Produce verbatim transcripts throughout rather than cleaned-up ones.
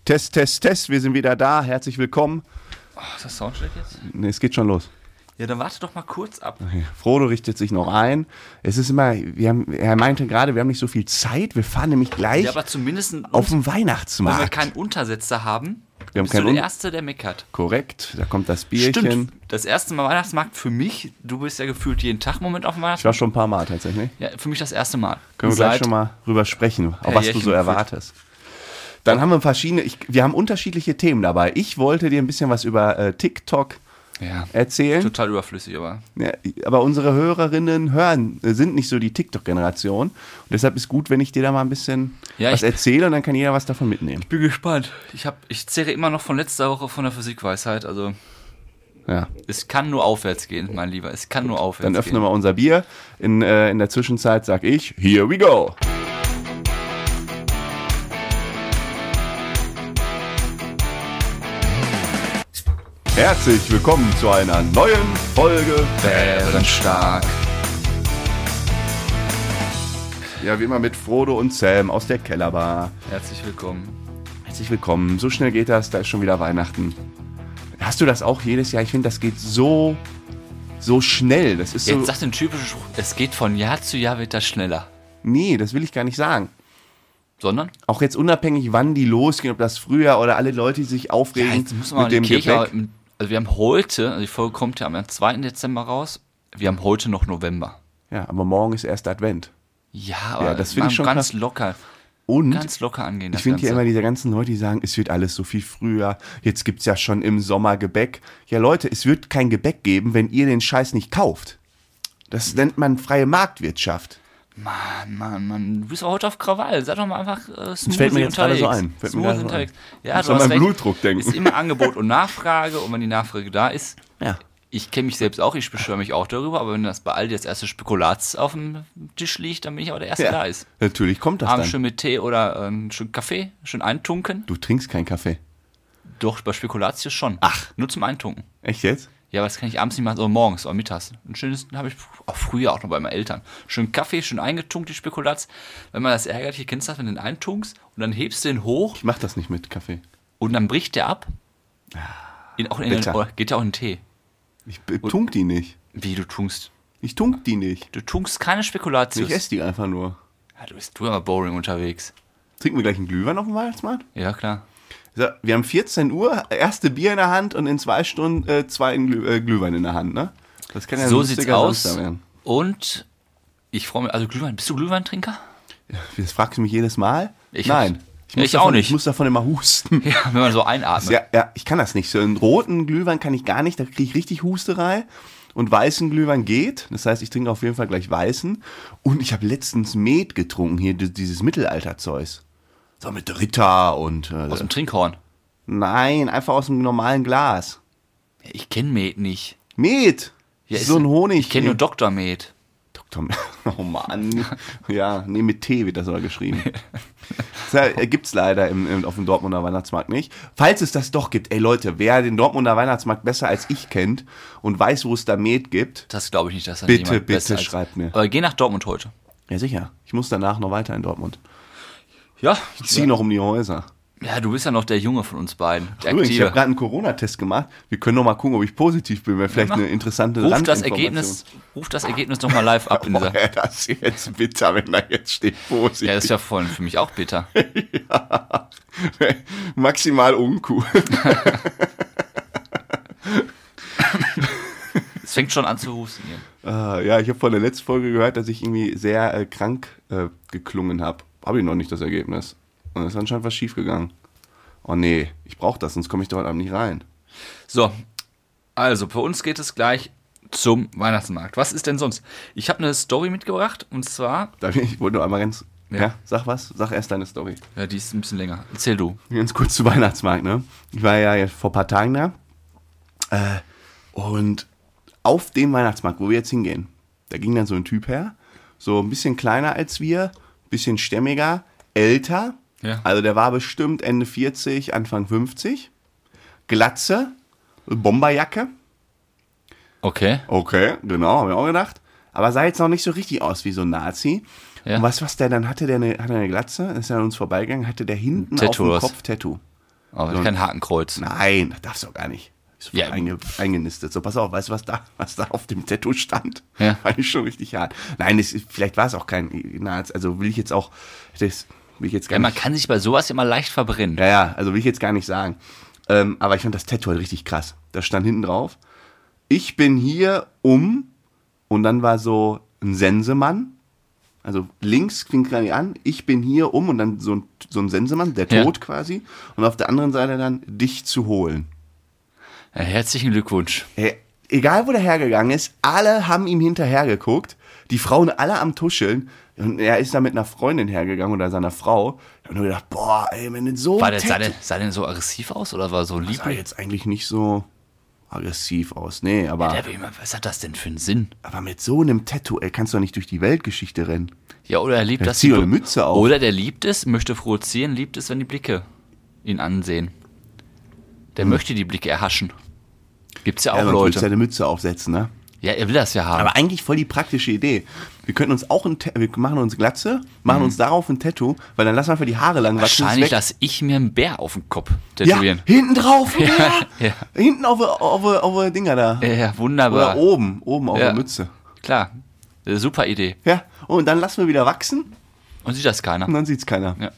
Test, Test, Test, wir sind wieder da. Herzlich willkommen. Oh, ist das Soundcheck jetzt? Ne, es geht schon los. Ja, dann warte doch mal kurz ab. Okay. Frodo richtet sich noch ein. Es ist immer, wir haben, er meinte gerade, wir haben nicht so viel Zeit. Wir fahren nämlich gleich Ja, aber zumindest auf den weil Weihnachtsmarkt. wir keinen Untersetzer haben, Wir haben bist keinen du der Un- Erste, der meckert. Korrekt, da kommt das Bierchen. Stimmt, das erste Mal Weihnachtsmarkt für mich, du bist ja gefühlt jeden Tag im Moment auf dem Ich war Weihnachtsmarkt. schon ein paar Mal tatsächlich. Ja, für mich das erste Mal. Können wir gleich Seit- schon mal drüber sprechen, auf Ja, was du Jährchen so gefühlt. erwartest. Dann haben wir verschiedene, ich, wir haben unterschiedliche Themen dabei. Ich wollte dir ein bisschen was über äh, TikTok Ja, erzählen. total überflüssig, aber Ja, aber unsere Hörerinnen hören, äh, sind nicht so die TikTok-Generation. Und deshalb ist gut, wenn ich dir da mal ein bisschen Ja, was ich- erzähle und dann kann jeder was davon mitnehmen. bin gespannt. Ich, hab, ich zehre immer noch von letzter Woche von der Physikweisheit, also Ja. es kann nur aufwärts gehen, mein Lieber, es kann nur aufwärts Dann gehen. öffnen wir unser Bier. In, äh, in der Zwischenzeit sag ich, here we go. Herzlich willkommen zu einer neuen Folge. Bärenstark. Ja, wie immer mit Frodo und Sam aus der Kellerbar. Herzlich willkommen. Herzlich willkommen. So schnell geht das, da ist schon wieder Weihnachten. Hast du das auch jedes Jahr? Ich finde, das geht so, so schnell. Das ist so. Jetzt sagt den typischen Spruch, es geht von Jahr zu Jahr wird das schneller. Nee, das will ich gar nicht sagen. Sondern? Auch jetzt unabhängig, wann die losgehen, ob das Frühjahr oder alle Leute, die sich aufregen jetzt muss man mit die dem Kirche, Gepäck. also wir haben heute, also die Folge kommt ja am zweiten Dezember raus, wir haben heute noch November. Ja, aber morgen ist erst Advent. Ja, aber Ja, das find mal ich schon ganz krass. locker, Und ganz locker angehen. ich das finde ja Ganze. immer diese ganzen Leute, die sagen, es wird alles so viel früher. Jetzt gibt es ja schon im Sommer Gebäck. Ja, Leute, es wird kein Gebäck geben, wenn ihr den Scheiß nicht kauft. Das nennt man freie Marktwirtschaft. Mann, Mann, Mann, du bist auch heute auf Krawall. Sag doch mal einfach äh, smoothie fällt mir jetzt gerade unterwegs. so ein. Fällt mir Smoothie gerade so unterwegs. Ja, Muss du an hast meinen recht. Blutdruck denken. Ist immer Angebot und Nachfrage und wenn die Nachfrage da ist, Ja. ich kenne mich selbst auch, ich beschwöre mich auch darüber, aber wenn das bei Aldi das erste Spekulats auf dem Tisch liegt, dann bin ich auch der Erste, der da ist. Natürlich kommt das Abends dann. schön mit Tee oder äh, ein schön Kaffee, schön eintunken. Du trinkst keinen Kaffee. Doch, bei Spekulatius schon. Ach. Nur zum Eintunken. Echt jetzt? Ja, aber das kann ich abends nicht machen, sondern morgens oder mittags. Ein schönes, habe ich auch früher auch noch bei meinen Eltern. Schön Kaffee, schön eingetunkt, die Spekulats. Wenn man das ärgerlich, kennst du das, wenn du den eintunkst und dann hebst du den hoch Ich mach das nicht mit Kaffee. und dann bricht der ab. In, auch in den, Bitter. oder geht ja auch in den Tee. Ich b- tunk die nicht. Wie, du tunkst? Ich tunk die nicht. Du tunkst keine Spekulatius. Ich esse die einfach nur. Ja, du bist du aber boring unterwegs. Trinken wir gleich einen Glühwein auf dem Weihnachtsmarkt? Ja, klar. So, wir haben vierzehn Uhr, erste Bier in der Hand und in zwei Stunden äh, zwei Glüh äh, Glühwein in der Hand, ne? Das kann ja ein So lustiger sieht's aus. Samstag werden. Und ich freue mich, also Glühwein, bist du Glühweintrinker? Das fragst du mich jedes Mal? Ich Nein. hab's- Ich, muss ich davon, auch nicht. Ich muss davon immer husten. Ja, wenn man so einatmet. Ja, ja, ich kann das nicht. So einen roten Glühwein kann ich gar nicht, da kriege ich richtig Husterei. Und weißen Glühwein geht. Das heißt, ich trinke auf jeden Fall gleich weißen. Und ich habe letztens Met getrunken, hier di- dieses Mittelalterzeus. So mit Ritter und... Äh, Aus dem Trinkhorn. nein, einfach aus einem normalen Glas. Ich kenne Met nicht. Met! Ja, so ein Honig. Ich kenne nur Doktor Met. Doktor Oh Mann. Ja, nee, mit T wird das aber geschrieben. Das äh, gibt's leider im, im, auf dem Dortmunder Weihnachtsmarkt nicht. Falls es das doch gibt, ey Leute, wer den Dortmunder Weihnachtsmarkt besser als ich kennt und weiß, wo es da Met gibt, Das glaube ich nicht, dass da Bitte, jemand bitte besser als- schreibt mir. Aber geh nach Dortmund heute. ja sicher, ich muss danach noch weiter in Dortmund. Ja. Ich ziehe noch um die Häuser. Ja, du bist ja noch der Junge von uns beiden. Der Übrigens, ich habe Aktive. gerade einen Corona-Test gemacht. Wir können noch mal gucken, ob ich positiv bin. Wäre vielleicht mach. eine interessante Ruf das Randinformation. Ergebnis, ruf das Ergebnis noch mal live ab in Boah, dieser. das ist jetzt bitter, wenn da jetzt steht positiv. Ja, das ist ja voll für mich auch bitter. Ja. Maximal uncool. Es fängt schon an zu husten hier. Ah, ja, ich habe von der letzten Folge gehört, dass ich irgendwie sehr äh, krank äh, geklungen habe. Habe ich noch nicht das Ergebnis. Und es ist anscheinend was schief gegangen. Oh nee, ich brauche das, sonst komme ich dort Abend nicht rein. So, also für uns geht es gleich zum Weihnachtsmarkt. Was ist denn sonst? Ich habe eine Story mitgebracht und zwar, Darf ich, ich wollte nur einmal ganz... Ja. Ja. sag was. Sag erst deine Story. ja, die ist ein bisschen länger. Erzähl du. Ganz kurz zu Weihnachtsmarkt, ne? Ich war ja jetzt vor ein paar Tagen da. Äh, und auf dem Weihnachtsmarkt, wo wir jetzt hingehen, da ging dann so ein Typ her. So ein bisschen kleiner als wir, bisschen stämmiger, älter. Ja. Also der war bestimmt Ende vierzig, Anfang fünfzig. Glatze, Bomberjacke. Okay. Okay, genau, habe ich auch gedacht. Aber sah jetzt noch nicht so richtig aus wie so ein Nazi. Ja. Und weißt du, was der dann hatte? Der eine, hatte eine Glatze, ist ja an uns vorbeigegangen, hatte der hinten Tattoo auf was? dem Kopf Tattoo. Aber So, kein Hakenkreuz. nein, das darfst du auch gar nicht. Ist Ja. ja. einge, eingenistet. So, pass auf, weißt du, was da, was da auf dem Tattoo stand? Ja. Fand ich schon richtig hart. Nein, das, ist- vielleicht war es auch kein, na, also will ich jetzt auch, das will ich jetzt gar Ja, man nicht. kann sich bei sowas immer leicht verbrennen. Ja, ja, also will ich jetzt gar nicht sagen. Ähm, aber ich fand das Tattoo halt richtig krass. Da stand hinten drauf, ich bin hier um, und dann war so ein Sensemann. Also links fing gerade an, ich bin hier um, und dann so ein, so ein Sensemann, der Ja. Tod quasi. Und auf der anderen Seite dann, dich zu holen. Ja, herzlichen Glückwunsch. Hey, egal wo der hergegangen ist, alle haben ihm hinterher geguckt. Die Frauen alle am Tuscheln. Und er ist da mit einer Freundin hergegangen oder seiner Frau. Ich habe nur gedacht, boah, ey, wenn du so War ein der, sah, der, Tattoo- sah der so aggressiv aus oder war so sah lieblich? jetzt eigentlich nicht so aggressiv aus. Nee, aber, Der will immer, was hat das denn für einen Sinn? aber mit so einem Tattoo, ey, kannst du doch nicht durch die Weltgeschichte rennen. Ja, oder er liebt Ja, das. zieh die doch Be- eine Mütze auf. Oder der liebt es, möchte provozieren, liebt es, wenn die Blicke ihn ansehen. Der möchte die Blicke erhaschen. Gibt's ja auch Hm. Ja, sonst willst du ja Leute. eine Mütze aufsetzen, ne? Ja, er will das ja haben. Aber eigentlich voll die praktische Idee. Wir könnten uns auch ein Ta- wir machen uns Glatze, machen uns darauf ein Tattoo, weil dann lassen wir einfach die Haare lang wachsen. ist Mhm. Wahrscheinlich weg. lasse ich mir einen Bär auf den Kopf Ja, tätowieren. hinten drauf, ja. ja. Hinten auf, auf, auf, auf Dinger da. Ja, ja, wunderbar. Oder oben, oben auf Ja. der Mütze. Klar, äh, super Idee. Ja, und dann lassen wir wieder wachsen Und sieht das keiner. und dann sieht's keiner. Ja.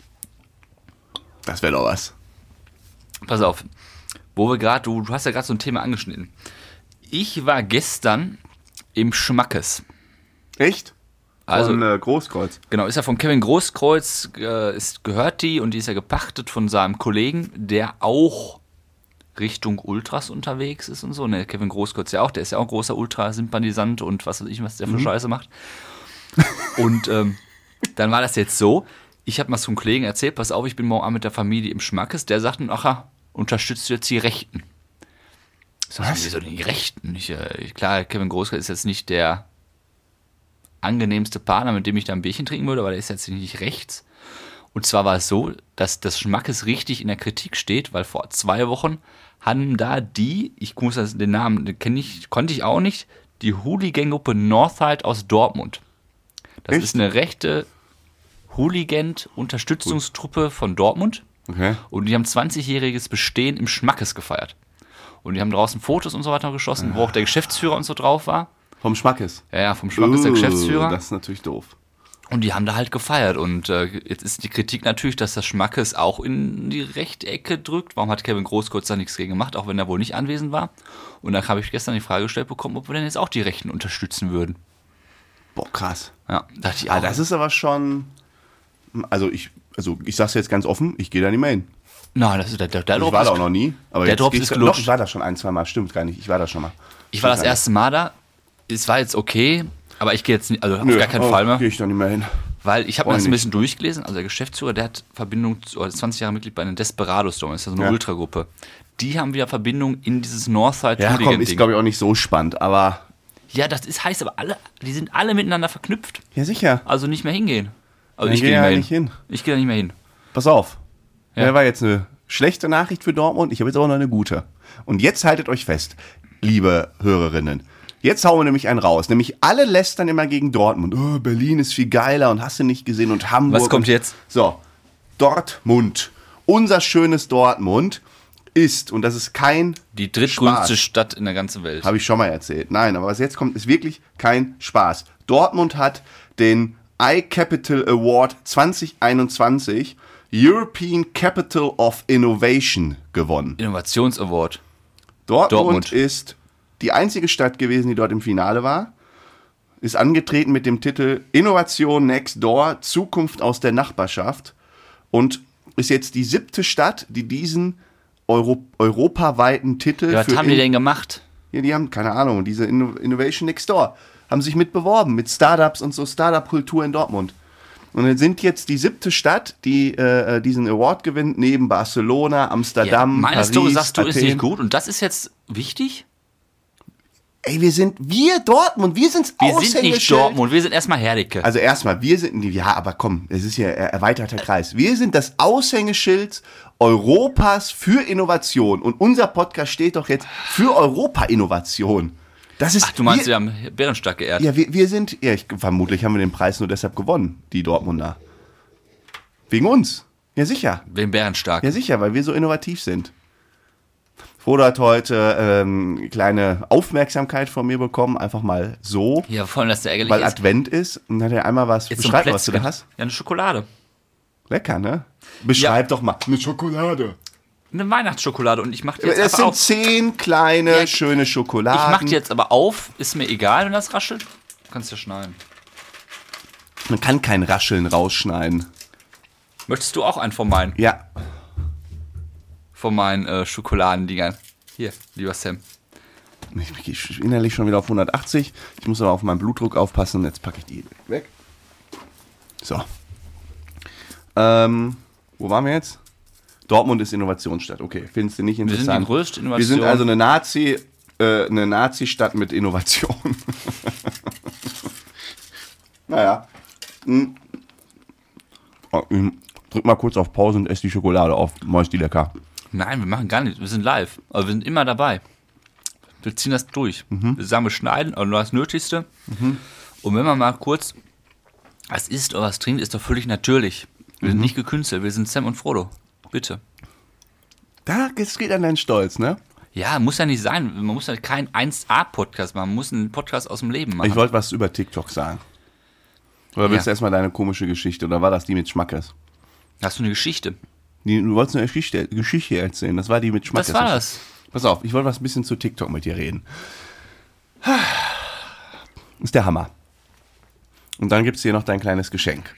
Das wäre doch was. Pass auf, wo wir gerade, du, du hast ja gerade so ein Thema angeschnitten. Ich war gestern im Schmackes. Echt? Also- Von äh, Großkreuz. Genau, ist ja von Kevin Großkreuz, äh, ist, gehört die und die ist ja gepachtet von seinem Kollegen, der auch Richtung Ultras unterwegs ist und so. Ne, Kevin Großkreuz ja auch, der ist ja auch großer Ultrasympathisant und was weiß ich, was der für Scheiße macht. Und ähm, dann war das jetzt so, ich habe mal zum Kollegen erzählt, pass auf, ich bin morgen Abend mit der Familie im Schmackes, der sagt, ach, unterstützt du jetzt die Rechten? Ich sag, Was? wieso denn die Rechten? Ich, äh, klar, Kevin Großkreuz ist jetzt nicht der angenehmste Partner, mit dem ich da ein Bierchen trinken würde, aber der ist jetzt nicht rechts. Und zwar war es so, dass das Schmackes richtig in der Kritik steht, weil vor zwei Wochen haben da die, ich muss das, den Namen, den kenne ich, konnte ich auch nicht, die Hooligan-Gruppe Northside aus Dortmund. Das Echt? ist eine rechte Hooligan-Unterstützungstruppe von Dortmund. Okay. Und die haben zwanzigjähriges Bestehen im Schmackes gefeiert. Und die haben draußen Fotos und so weiter geschossen, wo auch der Geschäftsführer und so drauf war. Vom Schmackes. Ja, ja, vom Schmackes der Uh, Geschäftsführer. Das ist natürlich doof. Und die haben da halt gefeiert. Und äh, jetzt ist die Kritik natürlich, dass das Schmackes auch in die rechte Ecke drückt. Warum hat Kevin Großkreuz da nichts gegen gemacht, auch wenn er wohl nicht anwesend war? Und dann habe ich gestern die Frage gestellt bekommen, ob wir denn jetzt auch die Rechten unterstützen würden. Boah, krass. Ja, dachte ich Ah, auch. das ist aber schon. Also ich, also ich sag's jetzt ganz offen, ich gehe da nicht mehr hin. Nein, das ist der, der, der Ich Drop war ist, da auch noch nie. Aber der jetzt Drops geh ich ist da- gelutscht. Doch, ich war da schon ein, zwei Mal. Stimmt gar nicht. Ich war da schon mal. Ich war das Stimmt gar erste Mal da. Es war jetzt okay, aber ich gehe jetzt nicht, also auf nicht. Nö, gar keinen oh, Fall mehr. Gehe ich da nicht mehr hin. Weil ich habe Freu mir das ein mich. bisschen durchgelesen. Also der Geschäftsführer, der hat Verbindung, zu, oder ist zwanzig Jahre Mitglied bei den Desperados, das ist ja so eine Ja. Ultragruppe. Die haben wieder Verbindung in dieses Northside Ja, komm, ist Hooligan-Ding. glaube ich auch nicht so spannend, aber. Ja, das ist heißt aber alle, die sind alle miteinander verknüpft. Ja, sicher. Also nicht mehr hingehen. Also Dann ich geh gehe ja nicht nicht mehr hin. hin. Ich gehe da nicht mehr hin. Pass auf. Ja. Ja. war jetzt eine schlechte Nachricht für Dortmund. Ich habe jetzt aber noch eine gute. Und jetzt haltet euch fest, liebe Hörerinnen. Jetzt hauen wir nämlich einen raus. Nämlich alle lästern immer gegen Dortmund. Oh, Berlin ist viel geiler und hast du nicht gesehen und Hamburg. Was kommt und, jetzt? So, Dortmund. Unser schönes Dortmund ist, und das ist kein Die drittgrößte Spaß. Stadt in der ganzen Welt. Habe ich schon mal erzählt. Nein, aber was jetzt kommt, ist wirklich kein Spaß. Dortmund hat den iCapital Award zwanzig einundzwanzig European Capital of Innovation gewonnen. Innovationsaward. Dortmund, Dortmund. ist die einzige Stadt gewesen, die dort im Finale war. Ist angetreten mit dem Titel Innovation Next Door, Zukunft aus der Nachbarschaft. Und ist jetzt die siebte Stadt, die diesen Euro europaweiten Titel Ja, was für haben die in- denn gemacht? Ja, die haben, keine Ahnung, diese Inno- Innovation Next Door haben sich mitbeworben mit Startups und so Startup-Kultur in Dortmund. Und dann sind jetzt die siebte Stadt, die äh, diesen Award gewinnt, neben Barcelona, Amsterdam, meine Paris, Story sagst du, ist Athen. nicht gut. Und das ist jetzt wichtig? Ey, wir sind, wir Dortmund, wir sind's Wir sind Aushängeschild. nicht Dortmund, wir sind erstmal Herdecke. Also erstmal, wir sind, ja, aber komm, es ist ja er- erweiterter Kreis. Wir sind das Aushängeschild Europas für Innovation. Und unser Podcast steht doch jetzt für Europa-Innovation. Das ist, Ach, du meinst, wir, wir haben Bärenstark geehrt. Ja, wir, wir sind, ja, ich, vermutlich haben wir den Preis nur deshalb gewonnen, die Dortmunder. Wegen uns. Ja, sicher. Den Bärenstark. Ja, sicher, weil wir so innovativ sind. Frodo hat heute ähm, kleine Aufmerksamkeit von mir bekommen, einfach mal so. Ja, vor allem, dass der ärgerlich weil ist. Advent ist. Und dann hat er einmal was. Jetzt Beschreib so ein mal, was du da Plätzchen. hast. Ja, eine Schokolade. Lecker, ne? Beschreib Ja. doch mal. Eine Schokolade. Eine Weihnachtsschokolade und ich mache die jetzt Es einfach sind auf. zehn kleine, Ja, schöne Schokoladen. Ich mache die jetzt aber auf. Ist mir egal, wenn das raschelt. Du kannst ja schneiden. Man kann kein Rascheln rausschneiden. Möchtest du auch einen von meinen, Ja. von meinen äh, Schokoladendingern? Hier, lieber Sam. Ich bin innerlich schon wieder auf hundertachtzig. Ich muss aber auf meinen Blutdruck aufpassen. Jetzt packe ich die weg. So. Ähm, wo waren wir jetzt? Dortmund ist Innovationsstadt. Okay, findest du nicht Wir sind interessant? die größte Wir Innovation. sind also eine Nazi, äh, eine Nazi-Stadt mit Innovation. Naja. Hm. Oh, ich drück mal kurz auf Pause und esse die Schokolade auf. Mäust die lecker. Nein, wir machen gar nichts. Wir sind live. Aber wir sind immer dabei. Wir ziehen das durch. Mhm. Wir sagen, wir schneiden, aber nur das Nötigste. Mhm. Und wenn man mal kurz was isst oder was trinkt, ist doch völlig natürlich. Wir Mhm. sind nicht gekünstelt. Wir sind Sam und Frodo. Bitte. Da, es geht an deinen Stolz, ne? Ja, muss ja nicht sein. Man muss ja keinen eins A-Podcast machen. Man muss einen Podcast aus dem Leben machen. Ich wollte was über TikTok sagen. Oder willst Ja. du erstmal deine komische Geschichte? Oder war das die mit Schmackes? Hast du eine Geschichte? Die, du wolltest eine Geschichte, Geschichte erzählen. Das war die mit Schmackes. Was war das? Pass auf, ich wollte was ein bisschen zu TikTok mit dir reden. Ist der Hammer. Und dann gibt es hier noch dein kleines Geschenk.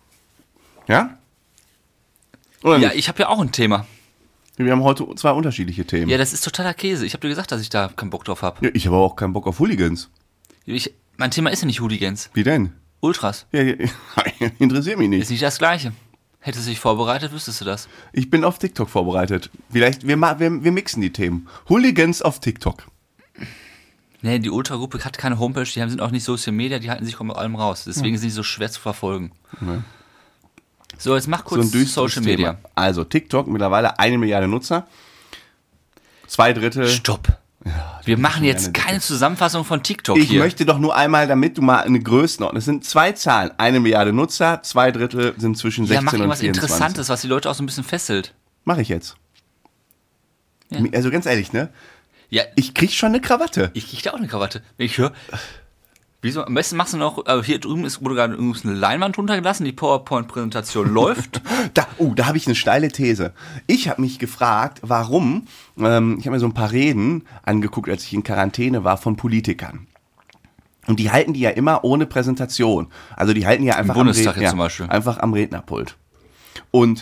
Ja? Oder Ja, nicht? ich habe ja auch ein Thema. Wir haben heute zwei unterschiedliche Themen. Ja, das ist totaler Käse. Ich habe dir gesagt, dass ich da keinen Bock drauf habe. Ja, ich habe aber auch keinen Bock auf Hooligans. Ich, mein Thema ist ja nicht Hooligans. Wie denn? Ultras. Ja, ja, interessiert mich Ist nicht. nicht das Gleiche. Hättest du dich vorbereitet, wüsstest du das. Ich bin auf TikTok vorbereitet. Vielleicht, wir, ma- wir, wir mixen die Themen. Hooligans auf TikTok. Nee, die Ultragruppe hat keine Homepage, die haben- sind auch nicht Social Media, die halten sich von allem raus. Deswegen sind die so schwer zu verfolgen. Nee. So, jetzt mach So kurz ein düsteres Social Media. Thema. Also TikTok, mittlerweile eine Milliarde Nutzer. Zwei Drittel. Stopp. Wir machen schon jetzt eine keine Zusammenfassung von TikTok Ich hier. möchte doch nur einmal, damit du mal eine Größenordnung. Es sind zwei Zahlen. Eine Milliarde Nutzer, zwei Drittel sind zwischen ja, mach sechzehn und irgendwas vierundzwanzig. Interessantes, was die Leute auch so ein bisschen fesselt. Mach ich jetzt. Ja. Also ganz ehrlich, ne? Ja, Ich krieg schon eine Krawatte. ich krieg da auch eine Krawatte. Wenn ich höre, wieso, am besten machst du noch, also hier drüben ist, wurde gerade übrigens eine Leinwand runtergelassen, die PowerPoint-Präsentation läuft. Da, oh, da habe ich eine steile These. Ich habe mich gefragt, warum, ähm, ich habe mir so ein paar Reden angeguckt, als ich in Quarantäne war, von Politikern. Und die halten die ja immer ohne Präsentation. Also die halten ja einfach, Bundestag am, jetzt zum Beispiel. einfach am Rednerpult. Und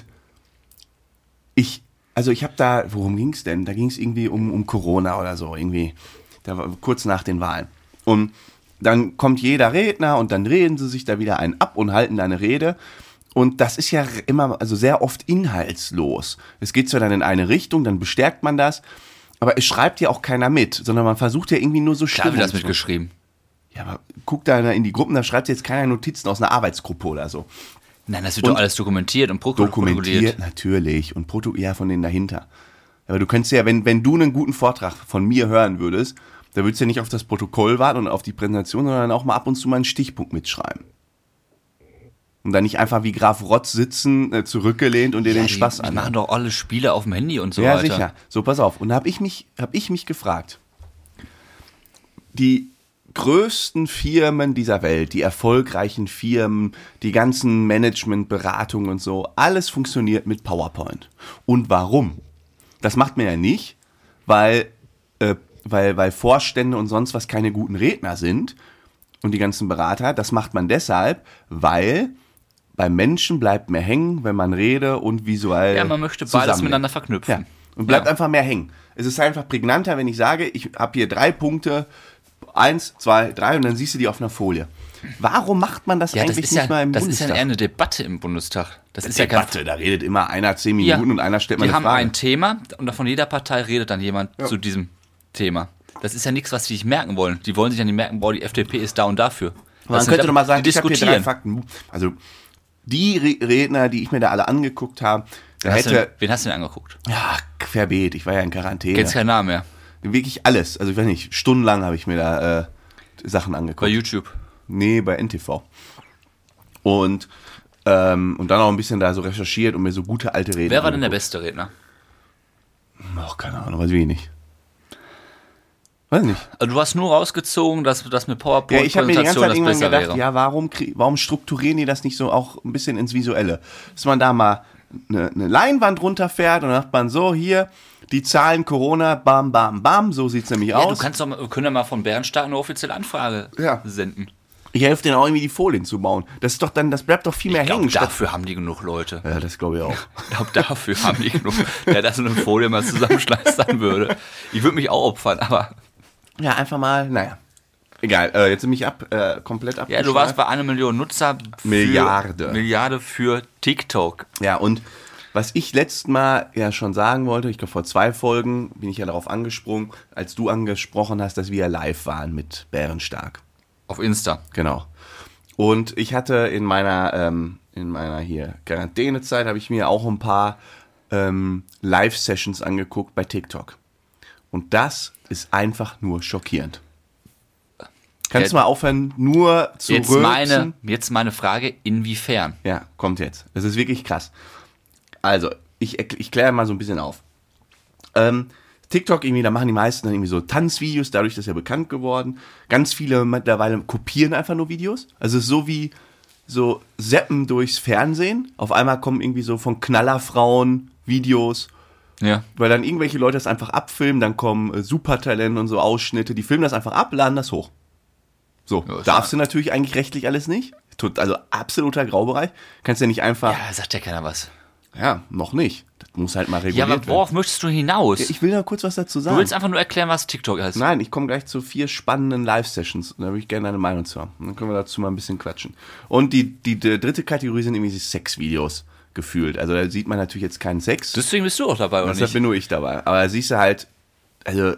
ich, also ich habe da, worum ging es denn? Da ging es irgendwie um, um Corona oder so, irgendwie. Da war kurz nach den Wahlen. Und dann kommt jeder Redner und dann reden sie sich da wieder einen ab und halten da eine Rede. Und das ist ja immer, also sehr oft inhaltslos. Es geht zwar dann in eine Richtung, dann bestärkt man das, aber es schreibt ja auch keiner mit, sondern man versucht ja irgendwie nur so Klar wird das Stimmung zu- mitgeschrieben. Ja, aber guck da in die Gruppen, da schreibt jetzt keiner Notizen aus einer Arbeitsgruppe oder so. Nein, das wird Und doch alles dokumentiert und protokolliert. Dokumentiert, natürlich. Und Proto ja, von denen dahinter. Aber du könntest ja, wenn, wenn du einen guten Vortrag von mir hören würdest, da würdest du ja nicht auf das Protokoll warten und auf die Präsentation, sondern auch mal ab und zu mal einen Stichpunkt mitschreiben. Und dann nicht einfach wie Graf Rotz sitzen, äh, zurückgelehnt und dir Ja, den die, Spaß die an. machen doch alle Spiele auf dem Handy und so Ja, weiter. sicher. So, pass auf. Und da habe ich, mich- hab ich mich gefragt, die größten Firmen dieser Welt, die erfolgreichen Firmen, die ganzen Managementberatungen und so, alles funktioniert mit PowerPoint. Und warum? Das macht man ja nicht, weil, äh, weil, weil Vorstände und sonst was keine guten Redner sind und die ganzen Berater. Das macht man deshalb, weil beim Menschen bleibt mehr hängen, wenn man Rede und visuell Ja, man möchte beides zusammenlegt. miteinander verknüpfen. Ja. Und bleibt Ja. einfach mehr hängen. Es ist einfach prägnanter, wenn ich sage, ich habe hier drei Punkte, eins, zwei, drei und dann siehst du die auf einer Folie. Warum macht man das Ja, das eigentlich ist nicht ja, mal im das ist Bundestag? ja eher eine Debatte im Bundestag. Das ist Debatte, ja da redet immer einer zehn Ja. Minuten und einer stellt mal Die eine haben Frage. ein Thema und von jeder Partei redet dann jemand zu diesem Thema. Das ist ja nichts, was die sich merken wollen. Die wollen sich ja nicht merken, boah, die F D P ist da und dafür. Man Das könnte sind- doch mal sagen, die ich habe hier drei diskutieren. Fakten. Also die Re- Redner, die ich mir da alle angeguckt habe, da Wen hast, du hätte, denn, wen hast du denn angeguckt? ja, querbeet, ich war ja in Quarantäne. Kennst keinen Namen mehr. Wirklich alles. Also ich weiß nicht, stundenlang habe ich mir da äh, Sachen angeguckt. Bei YouTube. Nee, bei N T V. Und Ähm, und dann auch ein bisschen da so recherchiert und mir so gute alte Reden Wer war denn der angeguckt. beste Redner? Ach, keine Ahnung, weiß ich nicht. Weiß nicht. Also du hast nur rausgezogen, dass das mit Ja, ich habe mir die ganze PowerPoint-Präsentation Zeit das irgendwann besser gedacht, wäre. ja, warum, krie- warum strukturieren die das nicht so auch ein bisschen ins Visuelle? Dass man da mal eine, eine Leinwand runterfährt und dann sagt man so, hier, die Zahlen Corona, bam, bam, bam, so sieht's nämlich Ja, du aus. kannst doch mal, wir können ja mal von Bärenstark eine offizielle Anfrage Ja. senden. Ich helfe denen auch irgendwie die Folien zu bauen. Das ist doch dann, das bleibt doch viel mehr Ich glaube, hängen. statt- dafür haben die genug Leute. Ja, das glaube ich auch. Ich glaube, dafür haben die genug. Der das so eine Folie mal zusammenschleißen würde. Ich würde mich auch opfern, aber... Ja, einfach mal, naja. Egal, äh, jetzt sind mich ab, äh, komplett ab. Ja, du warst bei einer Million Nutzer. Für, Milliarde. Milliarde für TikTok. Ja, und was ich letztes Mal ja schon sagen wollte, ich glaube vor zwei Folgen bin ich ja darauf angesprungen, als du angesprochen hast, dass wir ja live waren mit Bärenstark. Auf Insta. Genau. Und ich hatte in meiner, ähm, in meiner hier Quarantänezeit, habe ich mir auch ein paar ähm, Live-Sessions angeguckt bei TikTok. Und das ist einfach nur schockierend. Kannst du Ja, mal aufhören, nur zu Jetzt rülpsen? meine, jetzt meine Frage, inwiefern? Ja, kommt jetzt. Das ist wirklich krass. Also, ich, erkl- ich kläre mal so ein bisschen auf. Ähm, TikTok irgendwie, da machen die meisten dann irgendwie so Tanzvideos, dadurch ist das ja bekannt geworden. Ganz viele mittlerweile kopieren einfach nur Videos. Also es ist so wie so Seppen durchs Fernsehen. Auf einmal kommen irgendwie so von Knallerfrauen Videos, Ja. weil dann irgendwelche Leute das einfach abfilmen, dann kommen äh, Supertalente und so Ausschnitte, die filmen das einfach ab, laden das hoch. So, Ja, ist darfst du natürlich eigentlich rechtlich alles nicht. Tot- Also absoluter Graubereich. Kannst ja nicht einfach, Ja, sagt ja keiner was. ja, noch nicht. Das muss halt mal Ja, reguliert aber worauf werden. möchtest du hinaus? Ich will da kurz was dazu Du sagen. willst einfach nur erklären, was TikTok ist. Nein, ich komme gleich zu vier spannenden Live-Sessions. Da würde ich gerne deine Meinung zu haben. Dann können wir dazu mal ein bisschen quatschen. Und die, die, die dritte Kategorie sind irgendwie Sex-Videos gefühlt. Also da sieht man natürlich jetzt keinen Sex. Deswegen bist du auch dabei, oder Deshalb nicht? bin nur ich dabei. Aber da siehst du halt, also,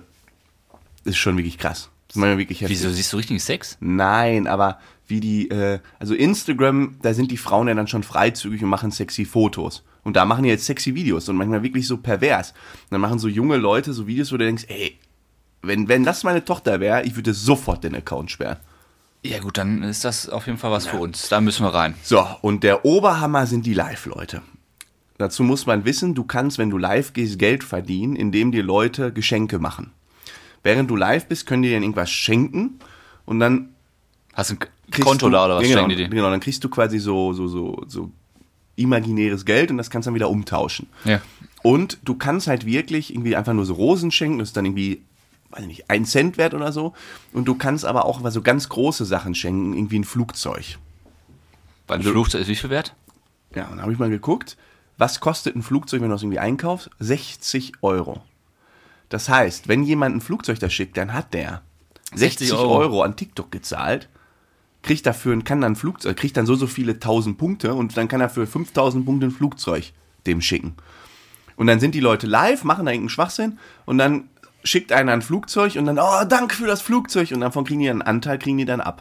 ist schon wirklich krass. Das ist manchmal wirklich heftig. Wieso siehst du richtig Sex? Nein, aber wie die, äh, also Instagram, da sind die Frauen ja dann schon freizügig und machen sexy Fotos. Und da machen die jetzt sexy Videos und manchmal wirklich so pervers. Und dann machen so junge Leute so Videos, wo du denkst, ey, wenn, wenn das meine Tochter wäre, ich würde sofort den Account sperren. Ja gut, dann ist das auf jeden Fall was für uns. Da müssen wir rein. So, und der Oberhammer sind die Live-Leute. Dazu muss man wissen, du kannst, wenn du live gehst, Geld verdienen, indem dir Leute Geschenke machen. Während du live bist, können die dir irgendwas schenken und dann Hast du ein K- kriegst Konto du, da oder was ja, genau, schenken die dir? Genau, dann kriegst du quasi so, so, so, so imaginäres Geld und das kannst du dann wieder umtauschen. Ja. Und du kannst halt wirklich irgendwie einfach nur so Rosen schenken, das ist dann irgendwie, weiß ich nicht, ein Cent wert oder so. Und du kannst aber auch so ganz große Sachen schenken, irgendwie ein Flugzeug. Bei einem Flugzeug ist wie viel wert? Ja, und dann habe ich mal geguckt, was kostet ein Flugzeug, wenn du das irgendwie einkaufst? sechzig Euro. Das heißt, wenn jemand ein Flugzeug da schickt, dann hat der sechzig Euro. Euro an TikTok gezahlt, kriegt dafür, und kann dann ein Flugzeug, kriegt dann so, so viele tausend Punkte und dann kann er für fünftausend Punkte ein Flugzeug dem schicken. Und dann sind die Leute live, machen da irgendeinen Schwachsinn und dann schickt einer ein Flugzeug und dann, oh, danke für das Flugzeug und davon kriegen die einen Anteil, kriegen die dann ab.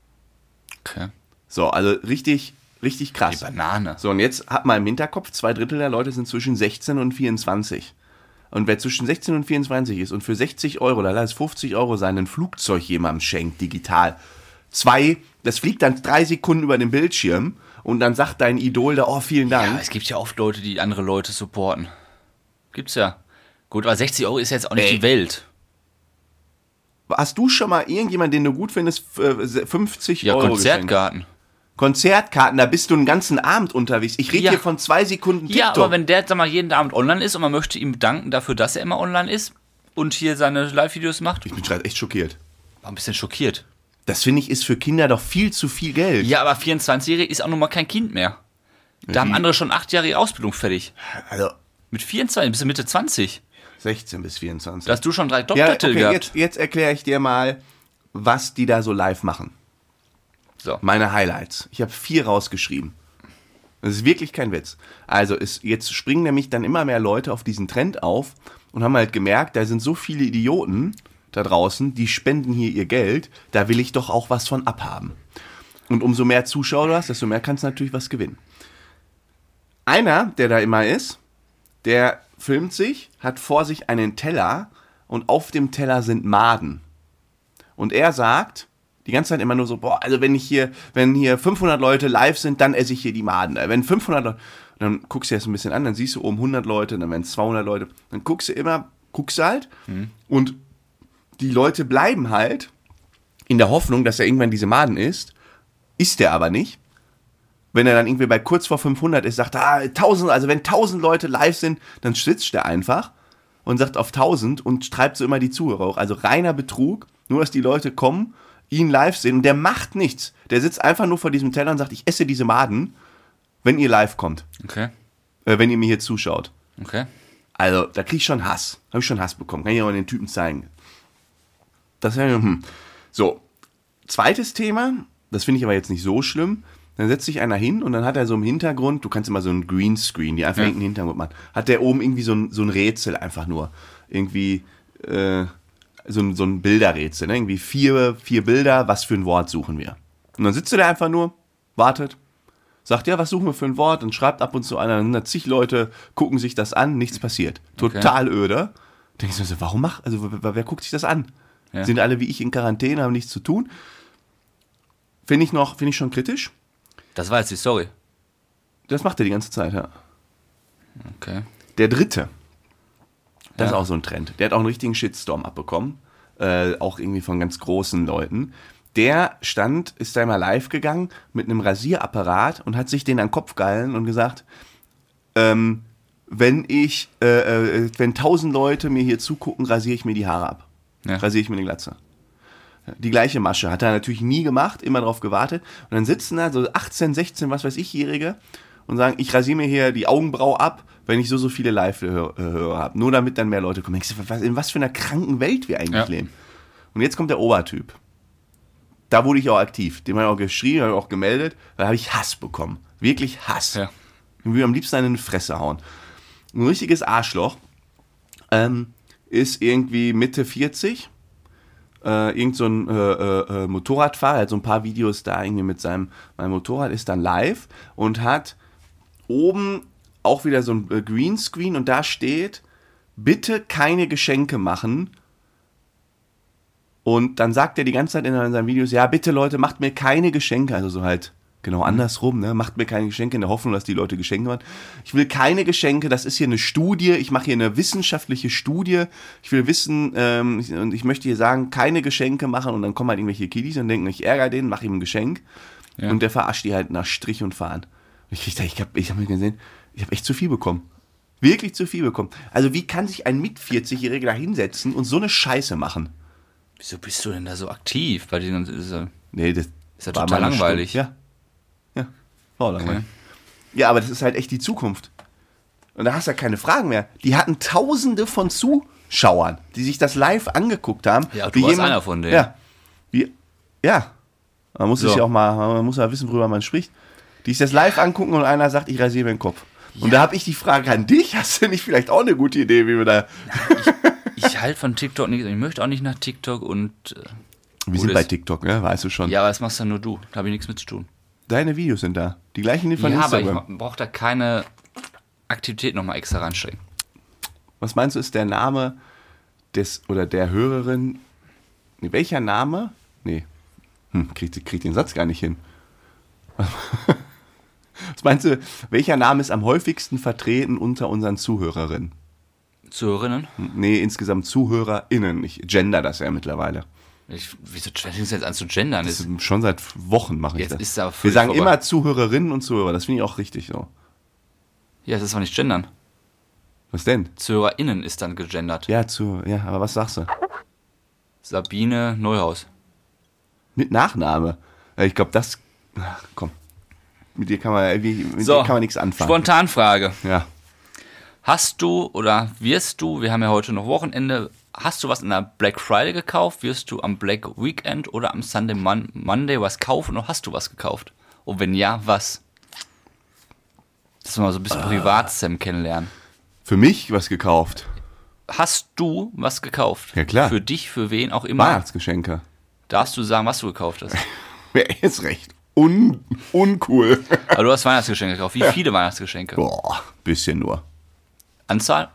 Okay. So, also richtig, richtig Die krass. Banane. So, und jetzt hat man im Hinterkopf, zwei Drittel der Leute sind zwischen sechzehn und vierundzwanzig. Und wer zwischen sechzehn und vierundzwanzig ist und für sechzig Euro, da lass es fünfzig Euro sein, ein Flugzeug jemandem schenkt, digital. Zwei, das fliegt dann drei Sekunden über den Bildschirm und dann sagt dein Idol da, oh, vielen Ja, Dank. es gibt ja oft Leute, die andere Leute supporten. Gibt's ja. Gut, aber sechzig Euro ist jetzt auch nicht Ey. die Welt. Hast du schon mal irgendjemanden, den du gut findest, f- fünfzig Ja, Euro geschenkt? Konzertgarten. Konzertkarten, da bist du einen ganzen Abend unterwegs. Ich rede Ja. hier von zwei Sekunden TikTok. Ja, aber wenn der sag mal, jeden Abend online ist und man möchte ihm danken dafür, dass er immer online ist und hier seine Live-Videos macht, Ich bin gerade echt schockiert. war ein bisschen schockiert. Das finde ich ist für Kinder doch viel zu viel Geld. Ja, aber vierundzwanzigjährige ist auch nun mal kein Kind mehr. Da haben andere schon acht Jahre ihre Ausbildung fertig. Also Mit vierundzwanzig bis Mitte zwanzig. sechzehn bis vierundzwanzig. Da hast du schon drei Ja, Doktortitel okay, gehabt. jetzt, jetzt erkläre ich dir mal, was die da so live machen. So. Meine Highlights. Ich habe vier rausgeschrieben. Das ist wirklich kein Witz. Also ist, jetzt springen nämlich dann immer mehr Leute auf diesen Trend auf und haben halt gemerkt, da sind so viele Idioten da draußen, die spenden hier ihr Geld, da will ich doch auch was von abhaben. Und umso mehr Zuschauer du hast, desto mehr kannst du natürlich was gewinnen. Einer, der da immer ist, der filmt sich, hat vor sich einen Teller und auf dem Teller sind Maden. Und er sagt, Die ganze Zeit immer nur so, boah, also wenn ich hier, wenn hier fünfhundert Leute live sind, dann esse ich hier die Maden. Wenn fünfhundert Leute, dann guckst du dir das ein bisschen an, dann siehst du oben hundert Leute, dann werden es zweihundert Leute. Dann guckst du immer, guckst du halt mhm. und die Leute bleiben halt in der Hoffnung, dass er irgendwann diese Maden isst. Isst er aber nicht. Wenn er dann irgendwie bei kurz vor fünfhundert ist, sagt er, ah, tausend, also wenn tausend Leute live sind, dann switcht er einfach und sagt auf tausend und treibt so immer die Zuhörer hoch. Also reiner Betrug, nur dass die Leute kommen, ihn live sehen und der macht nichts. Der sitzt einfach nur vor diesem Teller und sagt, ich esse diese Maden, wenn ihr live kommt. Okay. Äh, wenn ihr mir hier zuschaut. Okay. Also, da krieg ich schon Hass. Habe ich schon Hass bekommen. Kann ich auch mal den Typen zeigen. Das wäre, hm. So, zweites Thema, das finde ich aber jetzt nicht so schlimm. Dann setzt sich einer hin und dann hat er so im Hintergrund, du kannst immer so einen Greenscreen, die einfach ja. irgendeinen Hintergrund machen, hat der oben irgendwie so ein, so ein Rätsel einfach nur. Irgendwie äh, so, ein, so ein Bilderrätsel, ne? Irgendwie vier, vier Bilder, was für ein Wort suchen wir. Und dann sitzt er da einfach nur, wartet, sagt, ja, was suchen wir für ein Wort? Und schreibt ab und zu einer, dann zig Leute gucken sich das an, nichts passiert. Total okay. öde. Denkst du so, warum macht, also wer, wer guckt sich das an? Ja. Sind alle wie ich in Quarantäne, haben nichts zu tun. Finde ich noch, finde ich schon kritisch. Das war jetzt die Story. Das macht er die ganze Zeit, ja. Okay. Der dritte, das ja. ist auch so ein Trend. Der hat auch einen richtigen Shitstorm abbekommen. Äh, auch irgendwie von ganz großen Leuten. Der stand, ist da immer live gegangen mit einem Rasierapparat und hat sich den an den Kopf gehalten und gesagt, ähm, wenn ich, äh, äh, wenn tausend Leute mir hier zugucken, rasiere ich mir die Haare ab. Ja. Rasiere ich mir die Glatze. Die gleiche Masche. Hat er natürlich nie gemacht, immer drauf gewartet. Und dann sitzen da so achtzehn, sechzehn, was weiß ich, Jährige und sagen, ich rasiere mir hier die Augenbraue ab, wenn ich so, so viele Live-Hörer habe. Nur damit dann mehr Leute kommen. In was für einer kranken Welt wir eigentlich ja. leben. Und jetzt kommt der Obertyp. Da wurde ich auch aktiv. Dem habe ich auch geschrien, habe ich auch gemeldet. Da habe ich Hass bekommen. Wirklich Hass. Ja. Ich würde am liebsten einen in die Fresse hauen. Ein richtiges Arschloch. Ähm, ist irgendwie Mitte vierzig. Äh, irgend so ein äh, äh, Motorradfahrer, hat so ein paar Videos da irgendwie mit seinem, seinem Motorrad, ist dann live und hat oben auch wieder so ein äh, Greenscreen und da steht, bitte keine Geschenke machen. Und dann sagt er die ganze Zeit in seinen Videos, ja bitte Leute, macht mir keine Geschenke, also so halt genau andersrum, ne? Macht mir keine Geschenke in der Hoffnung, dass die Leute Geschenke machen. Ich will keine Geschenke, das ist hier eine Studie, ich mache hier eine wissenschaftliche Studie, ich will wissen, ähm, ich, und ich möchte hier sagen, keine Geschenke machen und dann kommen halt irgendwelche Kiddies und denken, ich ärgere den, mache ihm ein Geschenk ja. und der verarscht die halt nach Strich und Faden. Und ich krieg, ich habe ich hab mir gesehen, ich habe echt zu viel bekommen. Wirklich zu viel bekommen. Also wie kann sich ein mit vierzig-Jähriger da hinsetzen und so eine Scheiße machen? Wieso bist du denn da so aktiv? Bei denen ist ja, nee, das ist ja total langweilig. Stunde. Ja. Ja, oh, okay. Ja, aber das ist halt echt die Zukunft. Und da hast du ja keine Fragen mehr. Die hatten tausende von Zuschauern, die sich das live angeguckt haben. Ja, du warst jemand, einer von denen. Ja, wie, ja. Man muss so. es ja auch mal, man muss ja wissen, worüber man spricht. Die sich das live angucken und einer sagt, ich rasiere mir den Kopf. Ja. Und da habe ich die Frage an dich, hast du nicht vielleicht auch eine gute Idee, wie wir da... ich ich halte von TikTok nichts, ich möchte auch nicht nach TikTok und... Äh, wir sind bei TikTok, ne? Weißt du schon. Ja, aber das machst ja nur du, da habe ich nichts mit zu tun. Deine Videos sind da. Die gleichen wie von ja, Instagram. Ja, aber ich brauche da keine Aktivität nochmal extra reinstecken. Was meinst du, ist der Name des oder der Hörerin? Nee, welcher Name? Nee. Hm, kriegt krieg den Satz gar nicht hin. Was meinst du, welcher Name ist am häufigsten vertreten unter unseren Zuhörerinnen? Zuhörerinnen? Nee, insgesamt ZuhörerInnen. Ich gender das ja mittlerweile. Ich, wieso fängst du jetzt an zu gendern? Das ist, schon seit Wochen mache ich jetzt das. Ist da Wir sagen vorbei. immer Zuhörerinnen und Zuhörer. Das finde ich auch richtig so. Ja, das ist doch nicht gendern. Was denn? ZuhörerInnen ist dann gegendert. Ja, zu, ja, aber was sagst du? Sabine Neuhaus. Mit Nachname? Ich glaube, das... Ach, komm. Mit dir kann man, mit so, dir kann man nichts anfangen. Spontanfrage. Ja. Hast du oder wirst du, wir haben ja heute noch Wochenende, hast du was in der Black Friday gekauft? Wirst du am Black Weekend oder am Sunday Mon- Monday was kaufen oder hast du was gekauft? Und wenn ja, was? Dass wir mal so ein bisschen uh. Privat-Sam kennenlernen. Für mich was gekauft? Hast du was gekauft? Ja, klar. Für dich, für wen auch immer? Weihnachtsgeschenke. Darfst du sagen, was du gekauft hast? Wer ist recht? Un- uncool. Aber du hast Weihnachtsgeschenke gekauft. Wie ja. viele Weihnachtsgeschenke? Boah, bisschen nur. Anzahl?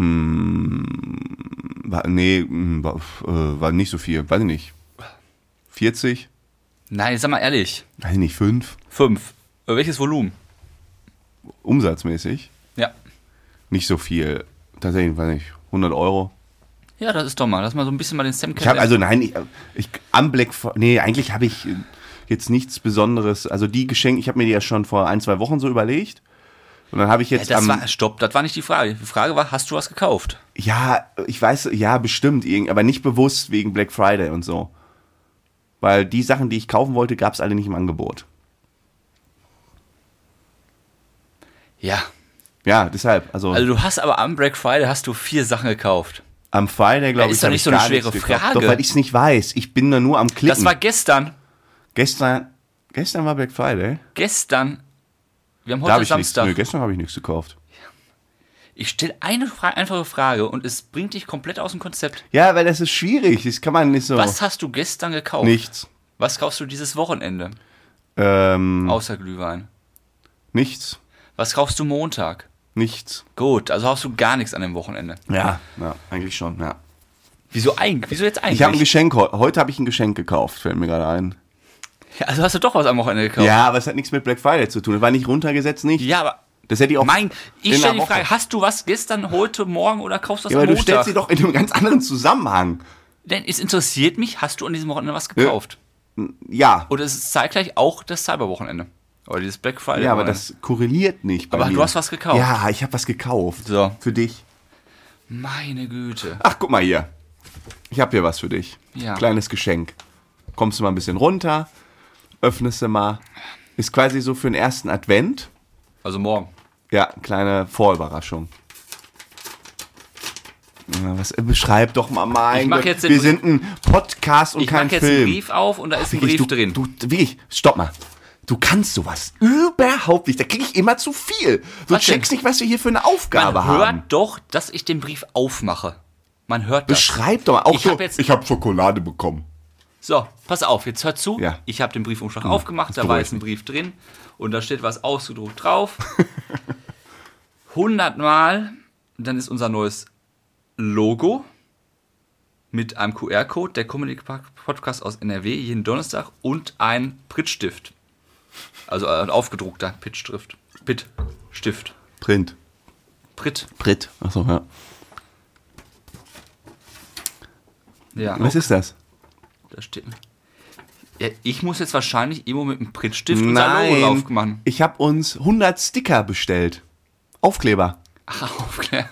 Mm, war, nee, war, äh, war nicht so viel. Weiß ich nicht. vierzig? Nein, sag mal ehrlich. Weiß ich nicht, fünf? Fünf. Äh, Welches Volumen? Umsatzmäßig? Ja. Nicht so viel. Tatsächlich, weiß nicht, hundert Euro. Ja, das ist doch mal. Lass mal so ein bisschen mal den Sam Ich habe also, nein, ich, ich am Black Fr- nee, eigentlich habe ich jetzt nichts Besonderes. Also die Geschenke, ich habe mir die ja schon vor ein, zwei Wochen so überlegt. Und dann habe ich Ja, jetzt das am, war, stopp, das war nicht die Frage. Die Frage war, hast du was gekauft? ja, ich weiß, ja, bestimmt, irgend- aber nicht bewusst wegen Black Friday und so. Weil die Sachen, die ich kaufen wollte, gab es alle nicht im Angebot. Ja. Ja, deshalb, also, Also du hast aber am Black Friday hast du vier Sachen gekauft. am Friday, glaube Ja, ich, ist doch hab nicht ich so eine gar schwere nichts gekauft. Frage. Doch, weil ich es nicht weiß. Ich bin da nur am Klicken. Das war gestern. gestern, gestern war Black Friday. Gestern. Wir haben Da heute habe ich nichts. Samstag. Nö, gestern habe ich nichts gekauft. Ich stelle eine Fra- einfache Frage und es bringt dich komplett aus dem Konzept. Ja, weil das ist schwierig. Das kann man nicht so. Was hast du gestern gekauft? Nichts. Was kaufst du dieses Wochenende? Ähm, Außer Glühwein. nichts. Was kaufst du Montag? Nichts. Gut, also hast du gar nichts an dem Wochenende. Ja, ja, eigentlich schon, ja. Wieso eigentlich? Wieso jetzt eigentlich? Ich habe ein Geschenk, heu- heute habe ich ein Geschenk gekauft, fällt mir gerade ein. Ja, also hast du doch was am Wochenende gekauft. Ja, aber es hat nichts mit Black Friday zu tun. Das war nicht runtergesetzt, nicht. Ja, aber Das hätte ich auch. mein, ich in stelle der die Frage, Woche. hast du was gestern, heute, morgen oder kaufst du was Ja, aber am du Montag? stellst sie doch in einem ganz anderen Zusammenhang. Denn es interessiert mich, hast du an diesem Wochenende was gekauft? Ja. Oder es ist zeitgleich auch das Cyberwochenende. Oder dieses Black Friday. Ja, aber das korreliert nicht bei Aber mir. du hast was gekauft. Ja, ich habe was gekauft. So. Für dich. Meine Güte. Ach, guck mal hier. Ich habe hier was für dich. Ja. Kleines Geschenk. Kommst du mal ein bisschen runter, öffnest du mal. Ist quasi so für den ersten Advent. Also morgen. Ja, kleine Vorüberraschung. Ja, was, beschreib doch mal mein Ich mach Gott. jetzt den Wir Br- sind ein Podcast und Ich kein mache jetzt Film. einen Brief auf und da ist ein Wirklich, Brief du, drin. Du, wirklich, stopp mal. Du kannst sowas überhaupt nicht. Da kriege ich immer zu viel. Du Was denn? checkst nicht, was wir hier für eine Aufgabe Man hört haben. doch, dass ich den Brief aufmache. Man hört das. Beschreib doch mal. Auch Ich so, hab jetzt- ich habe Schokolade bekommen. So, pass auf, jetzt hört zu. Ja. Ich habe den Briefumschlag aufgemacht, da war beruhigt jetzt ein Brief drin und da steht was ausgedruckt drauf. hundert Mal, dann ist unser neues Logo mit einem Q R-Code, der Comedy Podcast aus N R W, jeden Donnerstag und ein Prittstift. Also ein aufgedruckter Pittstift. Pittstift. Print. Pritt. Pritt. Achso, ja. Ja, Was ist das? da steht. Ja, ich muss jetzt wahrscheinlich irgendwo mit einem Prittstift unser Logo Nein. drauf machen. Ich habe uns hundert Sticker bestellt. Aufkleber. Ach, aufklären.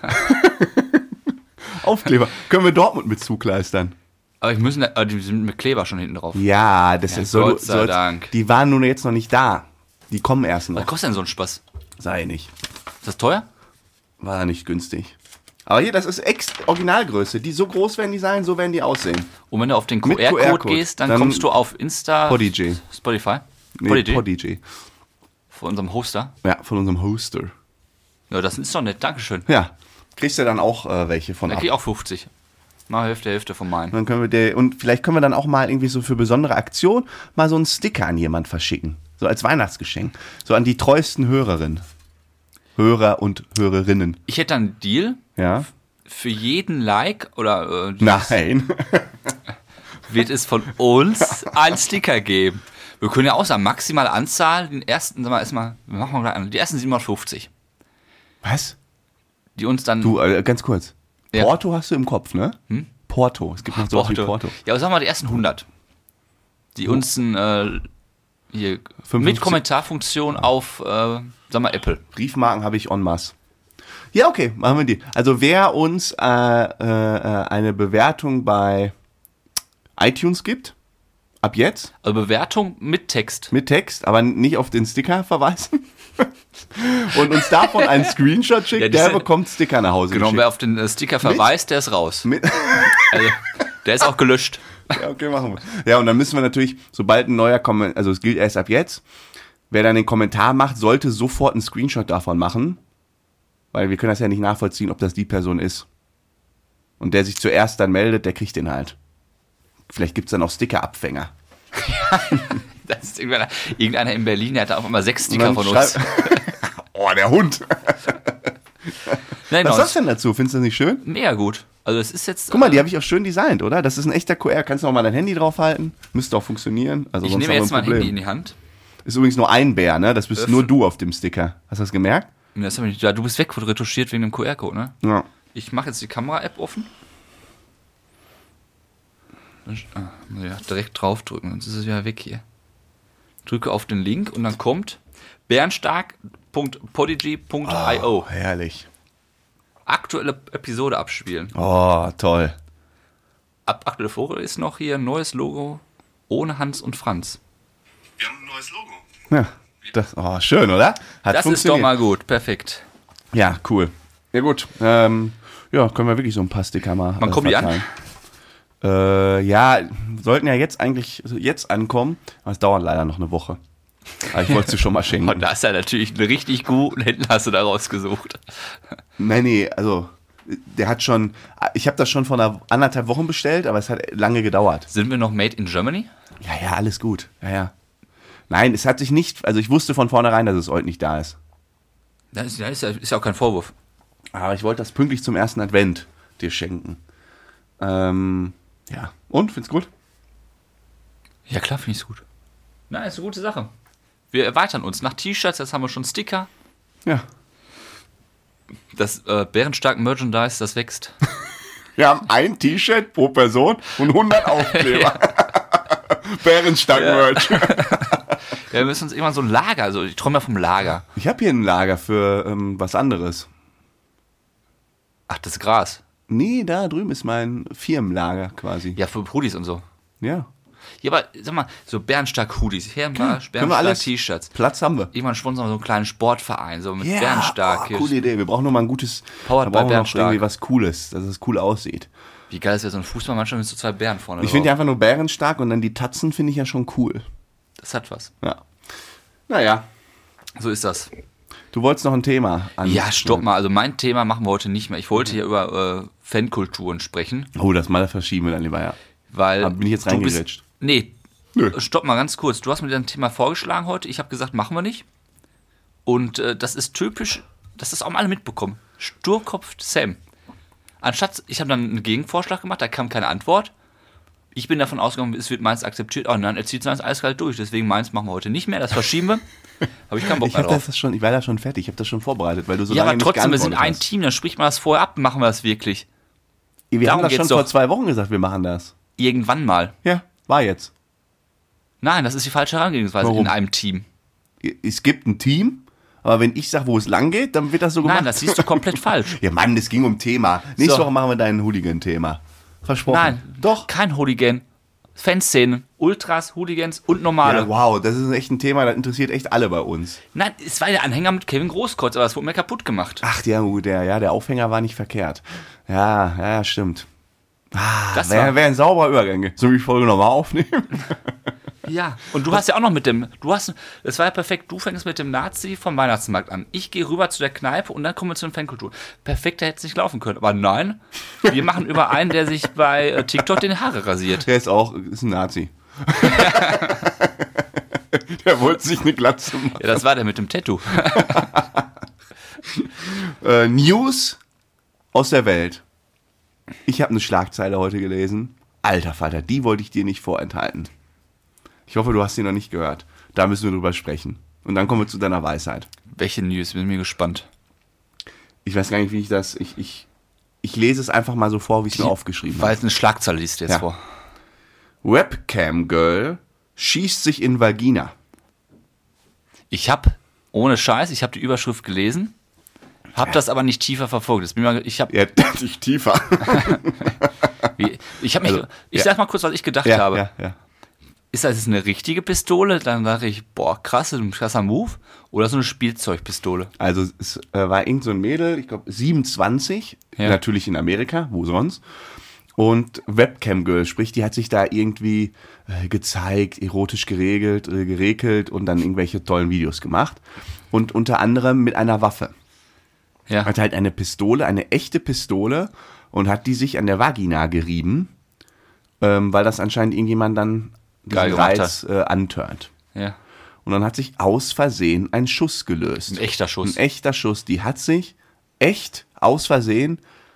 Aufkleber. Können wir Dortmund mit zugleistern? Aber ich müssen, aber die sind mit Kleber schon hinten drauf. Ja, das Ja, ist so. Gott sei so Dank. Die waren nun jetzt noch nicht da. Die kommen erst Was noch. kostet denn so ein Spaß? Sei nicht. Ist das teuer? War nicht günstig. Aber hier, das ist ex Originalgröße. Die so groß werden die sein, so werden die aussehen. Und wenn du auf den Mit Q R-Code Q R-Code. gehst, dann, Dann kommst du auf Insta, Podigy. Spotify, Nee, Podigy, Podigy. von unserem Hoster. Ja, von unserem Hoster. Ja, das ist doch nett, Dankeschön. Ja. Kriegst du dann auch äh, welche von Da ab. krieg ich auch fünfzig. Mal Hälfte, Hälfte von meinen. Dann können wir der, und vielleicht können wir dann auch mal irgendwie so für besondere Aktion mal so einen Sticker an jemand verschicken. So als Weihnachtsgeschenk. So an die treuesten Hörerinnen. Hörer und Hörerinnen. Ich hätte einen Deal. Ja? Für jeden Like oder äh, dieses- Nein. wird es von uns einen Sticker geben. Wir können ja auch sagen, maximale Anzahl, den ersten, sagen wir erstmal, wir machen mal gleich an, die ersten siebenhundertfünfzig, Was? die uns dann... Du, äh, ganz kurz. Ja. Porto hast du im Kopf, ne? Hm? Porto. Es gibt noch sowas wie Porto. Ja, aber sagen wir mal die ersten hundert, die uns ein, äh, hier mit fünfundfünfzig Kommentarfunktion auf, äh, sag mal, Apple. Briefmarken habe ich en masse. Ja, okay, machen wir die. Also wer uns äh, äh, eine Bewertung bei iTunes gibt, ab jetzt, Also Bewertung mit Text. mit Text, aber nicht auf den Sticker verweisen und uns davon einen Screenshot schickt, Ja, die der sind- bekommt Sticker nach Hause Genau, geschickt. wer auf den äh, Sticker verweist, der ist raus. Mit Also, der ist auch gelöscht. Ja, okay, machen wir. Ja, und dann müssen wir natürlich, sobald ein neuer Kommentar, also es gilt erst ab jetzt, wer dann den Kommentar macht, sollte sofort einen Screenshot davon machen, weil wir können das ja nicht nachvollziehen, ob das die Person ist. Und der sich zuerst dann meldet, der kriegt den halt. Vielleicht gibt's dann auch Sticker-Abfänger. Das ist irgendeiner, irgendeiner in Berlin, der hat auf einmal sechs Und Sticker dann von uns. schreib- oh, der Hund. Nein, Was genau, sagst du denn dazu? Findest du das nicht schön? mega gut. Also es ist jetzt... Guck mal, äh, die habe ich auch schön designt, oder? Das ist ein echter Q R. Kannst du auch mal dein Handy draufhalten? Müsste auch funktionieren. Also Ich sonst nehme haben wir jetzt mein ein Problem. Handy in die Hand. Ist übrigens nur ein Bär, ne? Das bist Öffne. nur du auf dem Sticker. Hast du das gemerkt? Das hab ich nicht, ja, du bist wegretuschiert wegen dem Q R-Code, ne? Ja. Ich mache jetzt die Kamera-App offen. Ah, muss ich ja direkt draufdrücken, sonst ist es ja weg hier. Drücke auf den Link und dann kommt bärenstark punkt podigy punkt i o. Oh, herrlich. Aktuelle Episode abspielen. Oh, toll. Ab aktuelle Folge ist noch hier ein neues Logo ohne Hans und Franz. Wir haben ein neues Logo. Ja, das, oh, schön, oder? Hat Das ist doch mal gut, perfekt. Ja, cool. Ja, gut. Ähm, ja, können wir wirklich so ein paar Sticker mal Wann äh, kommen die an? verteilen. Äh, ja, sollten ja jetzt eigentlich jetzt ankommen, aber es dauert leider noch eine Woche. Aber ich wollte es dir schon mal Und schenken. da ist ja natürlich einen richtig guten Händler hast du da rausgesucht. Nee, nee, also der hat schon, ich habe das schon vor einer anderthalb Wochen bestellt, aber es hat lange gedauert. Sind wir noch made in Germany? Ja, ja, alles gut. Ja, ja. Nein, es hat sich nicht, also ich wusste von vornherein, dass es heute nicht da ist. Das ist, das ist, ja, ist ja auch kein Vorwurf. Aber ich wollte das pünktlich zum ersten Advent dir schenken. Ähm, ja. Und, findest du gut? Ja klar, finde ich es gut. Na, ist eine gute Sache. Wir erweitern uns. Nach T-Shirts, jetzt haben wir schon Sticker. Ja. Das äh, bärenstark Merchandise, das wächst. Wir haben ein T-Shirt pro Person und hundert Aufkleber. Bärenstark Merch. Ja, wir müssen uns irgendwann so ein Lager, also ich träume ja vom Lager. Ich habe hier ein Lager für ähm, was anderes. Ach, das Gras. Nee, da drüben ist mein Firmenlager quasi. Ja, für Hoodies und so. Ja. Ja, aber sag mal, so bärenstark Hoodies, Herrenmarsch, Können wir bärenstark alles? T-Shirts. Platz haben wir. Irgendwann sponsern wir so einen kleinen Sportverein, so mit Ja, bärenstark. oh, hier. coole Idee. Wir brauchen nur mal ein gutes, Powered wir by brauchen noch Bärenstark. irgendwie was Cooles, dass es cool aussieht. Wie geil ist ja so eine Fußballmannschaft mit so zwei Bären vorne Ich finde ja drauf. einfach nur Bärenstark und dann die Tatzen finde ich ja schon cool. Das hat was. Ja. Naja, So ist das. du wolltest noch ein Thema an. Ja, stopp mal. Also mein Thema machen wir heute nicht mehr. Ich wollte hier über äh, Fankulturen sprechen, Oh, das mal verschieben wir dann lieber, ja. weil Aber bin ich jetzt du bist- reingerutscht? Nee, Nö. stopp mal ganz kurz. Du hast mir dein Thema vorgeschlagen heute. Ich habe gesagt, machen wir nicht. Und äh, das ist typisch, das ist auch mal alle mitbekommen. Sturkopf Sam. Anstatt, ich habe dann einen Gegenvorschlag gemacht, da kam keine Antwort. Ich bin davon ausgegangen, es wird meins akzeptiert. Oh nein, er zieht seins eiskalt durch. Deswegen meins machen wir heute nicht mehr. Das verschieben wir. Habe ich keinen Bock Ich, mehr hab drauf. das schon, ich war da schon fertig, ich habe das schon vorbereitet, weil du so Ja, lange aber nicht trotzdem, wir sind ein geantwortet hast. Team. Dann spricht man das vorher ab. Machen wir das wirklich. Wir Darum haben das schon geht's vor doch. zwei Wochen gesagt, wir machen das. Irgendwann mal. Ja, war jetzt. Nein, das ist die falsche Herangehensweise Warum? in einem Team. Es gibt ein Team, aber wenn ich sage, wo es lang geht, dann wird das so gemacht. Nein, das siehst du komplett falsch. Ja, Mann, es ging um Thema. Nächste So. Woche machen wir dein Hooligan-Thema. Versprochen. Nein, Doch. kein Hooligan. Fanszenen, Ultras, Hooligans und normale. Ja, wow, das ist echt ein Thema, das interessiert echt alle bei uns. Nein, es war der Anhänger mit Kevin Großkreuz, aber es wurde mir kaputt gemacht. Ach, der, der, ja, der Aufhänger war nicht verkehrt. Ja, ja, ja, stimmt. Ah, Das wäre war- wär ein sauberer Übergang. Soll ich die Folge nochmal aufnehmen? Ja, und du hast ja auch noch mit dem, du hast, es war ja perfekt, du fängst mit dem Nazi vom Weihnachtsmarkt an. Ich gehe rüber zu der Kneipe und dann kommen wir zu den Fankultur. Perfekt, da hätte es nicht laufen können. Aber nein, wir machen über einen, der sich bei äh, TikTok den Haare rasiert. Der ist auch, ist ein Nazi. Der wollte sich eine Glatze machen. Ja, das war der mit dem Tattoo. Äh, News aus der Welt. Ich habe eine Schlagzeile heute gelesen. Alter Vater, die wollte ich dir nicht vorenthalten. Ich hoffe, du hast sie noch nicht gehört. Da müssen wir drüber sprechen. Und dann kommen wir zu deiner Weisheit. Welche News? Bin mir gespannt. Ich weiß gar nicht, wie ich das... Ich, ich, ich lese es einfach mal so vor, wie ich es mir aufgeschrieben Weil habe. es eine Schlagzeile liest jetzt Ja. vor. Webcam-Girl schießt sich in Vagina. Ich habe, ohne Scheiß, ich habe die Überschrift gelesen, habe das aber nicht tiefer verfolgt. Das bin mir, ich habe Ja, dich tiefer. ich hab mich, Also, ich ja. sag mal kurz, was ich gedacht ja, habe. ja, ja. Ist das jetzt eine richtige Pistole? Dann dachte ich, boah, krass, ein krasser Move. Oder so eine Spielzeugpistole. Also es äh, war irgend so ein Mädel, ich glaube siebenundzwanzig, Ja. natürlich in Amerika, wo sonst. Und Webcam-Girl, sprich, die hat sich da irgendwie äh, gezeigt, erotisch geregelt, äh, gerekelt und dann irgendwelche tollen Videos gemacht. Und unter anderem mit einer Waffe. Ja. Hat halt eine Pistole, eine echte Pistole und hat die sich an der Vagina gerieben, ähm, weil das anscheinend irgendjemand dann Geil diesen gemacht Reiz äh, antörnt. Ja. Und dann hat sich aus Versehen ein Schuss gelöst. Ein echter Schuss. Ein echter Schuss. Die hat sich echt aus Versehen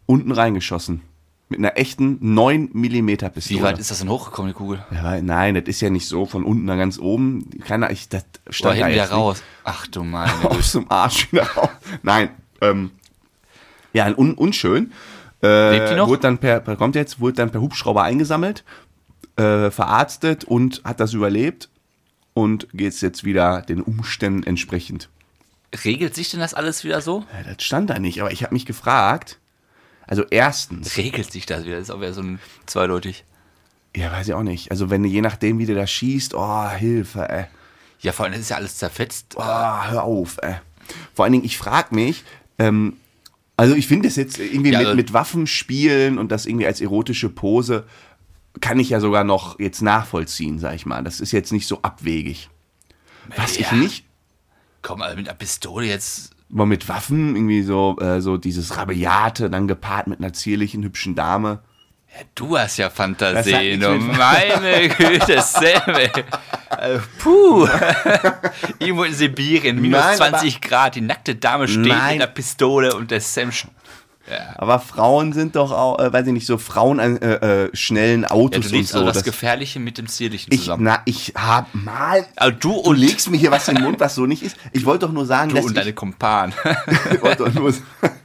unten reingeschossen. Mit einer echten neun Millimeter Pistole. Wie weit ist das denn hochgekommen, die Kugel? Ja, nein, das ist ja nicht so von unten nach ganz oben. Keine, ich, das Oder stand hinten da wieder jetzt raus. Ach du meine nicht. Güte. Aus dem Arsch wieder raus. Nein, ähm, ja, un, unschön. Äh, Lebt die noch? Wurde dann per, per, kommt jetzt, wurde dann per Hubschrauber eingesammelt, äh, verarztet und hat das überlebt und geht jetzt wieder den Umständen entsprechend. Regelt sich denn das alles wieder so? Ja, das stand da nicht, aber ich habe mich gefragt, also erstens, Regelt sich das wieder? Das ist auch wieder so ein zweideutig. ja, weiß ich auch nicht, also wenn du je nachdem, wie du da schießt, oh, Hilfe, ey. Ja, vor allem das ist ja alles zerfetzt. Oh, hör auf, ey. Vor allen Dingen, ich frage mich, ähm, also ich finde es jetzt irgendwie Ja, mit, also- mit Waffen spielen und das irgendwie als erotische Pose kann ich ja sogar noch jetzt nachvollziehen, sag ich mal. Das ist jetzt nicht so abwegig. Was Ja. ich nicht, Komm, also mit einer Pistole jetzt. aber mit Waffen irgendwie so, äh, so dieses Rabiate, dann gepaart mit einer zierlichen, hübschen Dame. Ja, du hast ja Das hat Fantasien. nichts Oh mit- meine Güte, Sam. Äh, Puh. Irgendwo in Sibirien, minus Nein, zwanzig Grad, die nackte Dame steht Nein. mit einer Pistole und der Sam. sch- Aber Frauen sind doch auch, äh, weiß ich nicht, so Frauen an äh, äh, schnellen Ja, Autos du und legst so. also das Das- Gefährliche mit dem Zierlichen ich, zusammen. na, ich hab mal. Also du Du und, legst mir hier was in den Mund, was so nicht ist. Ich wollte doch nur sagen, du dass und ich, deine Kumpanen. ich wollte doch nur,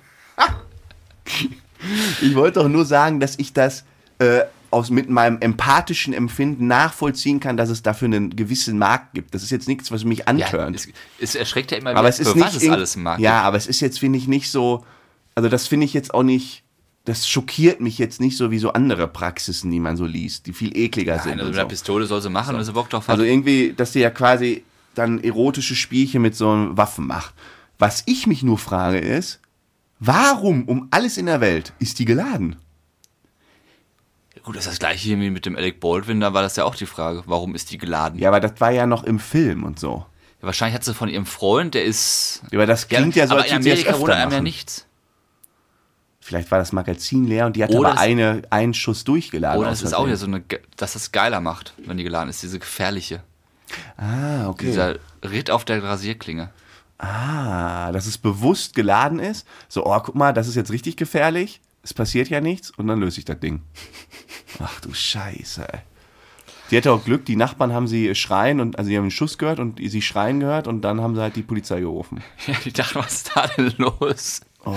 ich wollte doch nur sagen, dass ich das äh, aus, mit meinem empathischen Empfinden nachvollziehen kann, dass es dafür einen gewissen Markt gibt. Das ist jetzt nichts, was mich Ja, antörnt. es, es erschreckt ja immer aber wieder, es ist für nicht was es irgend- alles im Markt Ja, gibt. aber es ist jetzt, finde ich, nicht so. Also, das finde ich jetzt auch nicht. Das schockiert mich jetzt nicht so wie so andere Praxisen, die man so liest, die viel ekliger sind. Nein, also und mit einer so. Pistole soll sie machen, wenn sie Bock drauf hat. Also irgendwie, dass die ja quasi dann erotische Spielchen mit so Waffen macht. Was ich mich nur frage ist, warum um alles in der Welt ist die geladen? Gut, das ist das gleiche hier wie mit dem Alec Baldwin, da war das ja auch die Frage, warum ist die geladen? Ja, aber das war ja noch im Film und so. Ja, wahrscheinlich hat sie von ihrem Freund, der ist... Ja, aber das klingt ja, so, aber als in würde sie das Amerika wurde öfter einem ja machen. nichts. Vielleicht war das Magazin leer und die hat Oder aber es- eine, einen Schuss durchgeladen. Oder aus es ist auch Versehen. ja so eine, ge- dass das geiler macht, wenn die geladen ist, diese gefährliche. Ah, okay. Dieser Ritt auf der Rasierklinge. Ah, dass es bewusst geladen ist. So, oh, guck mal, das ist jetzt richtig gefährlich. Es passiert ja nichts und dann löse ich das Ding. Ach du Scheiße, ey. Die hatte auch Glück, die Nachbarn haben sie schreien und also sie haben einen Schuss gehört und sie schreien gehört und dann haben sie halt die Polizei gerufen. Ja, die dachten, was ist da denn los? Oh.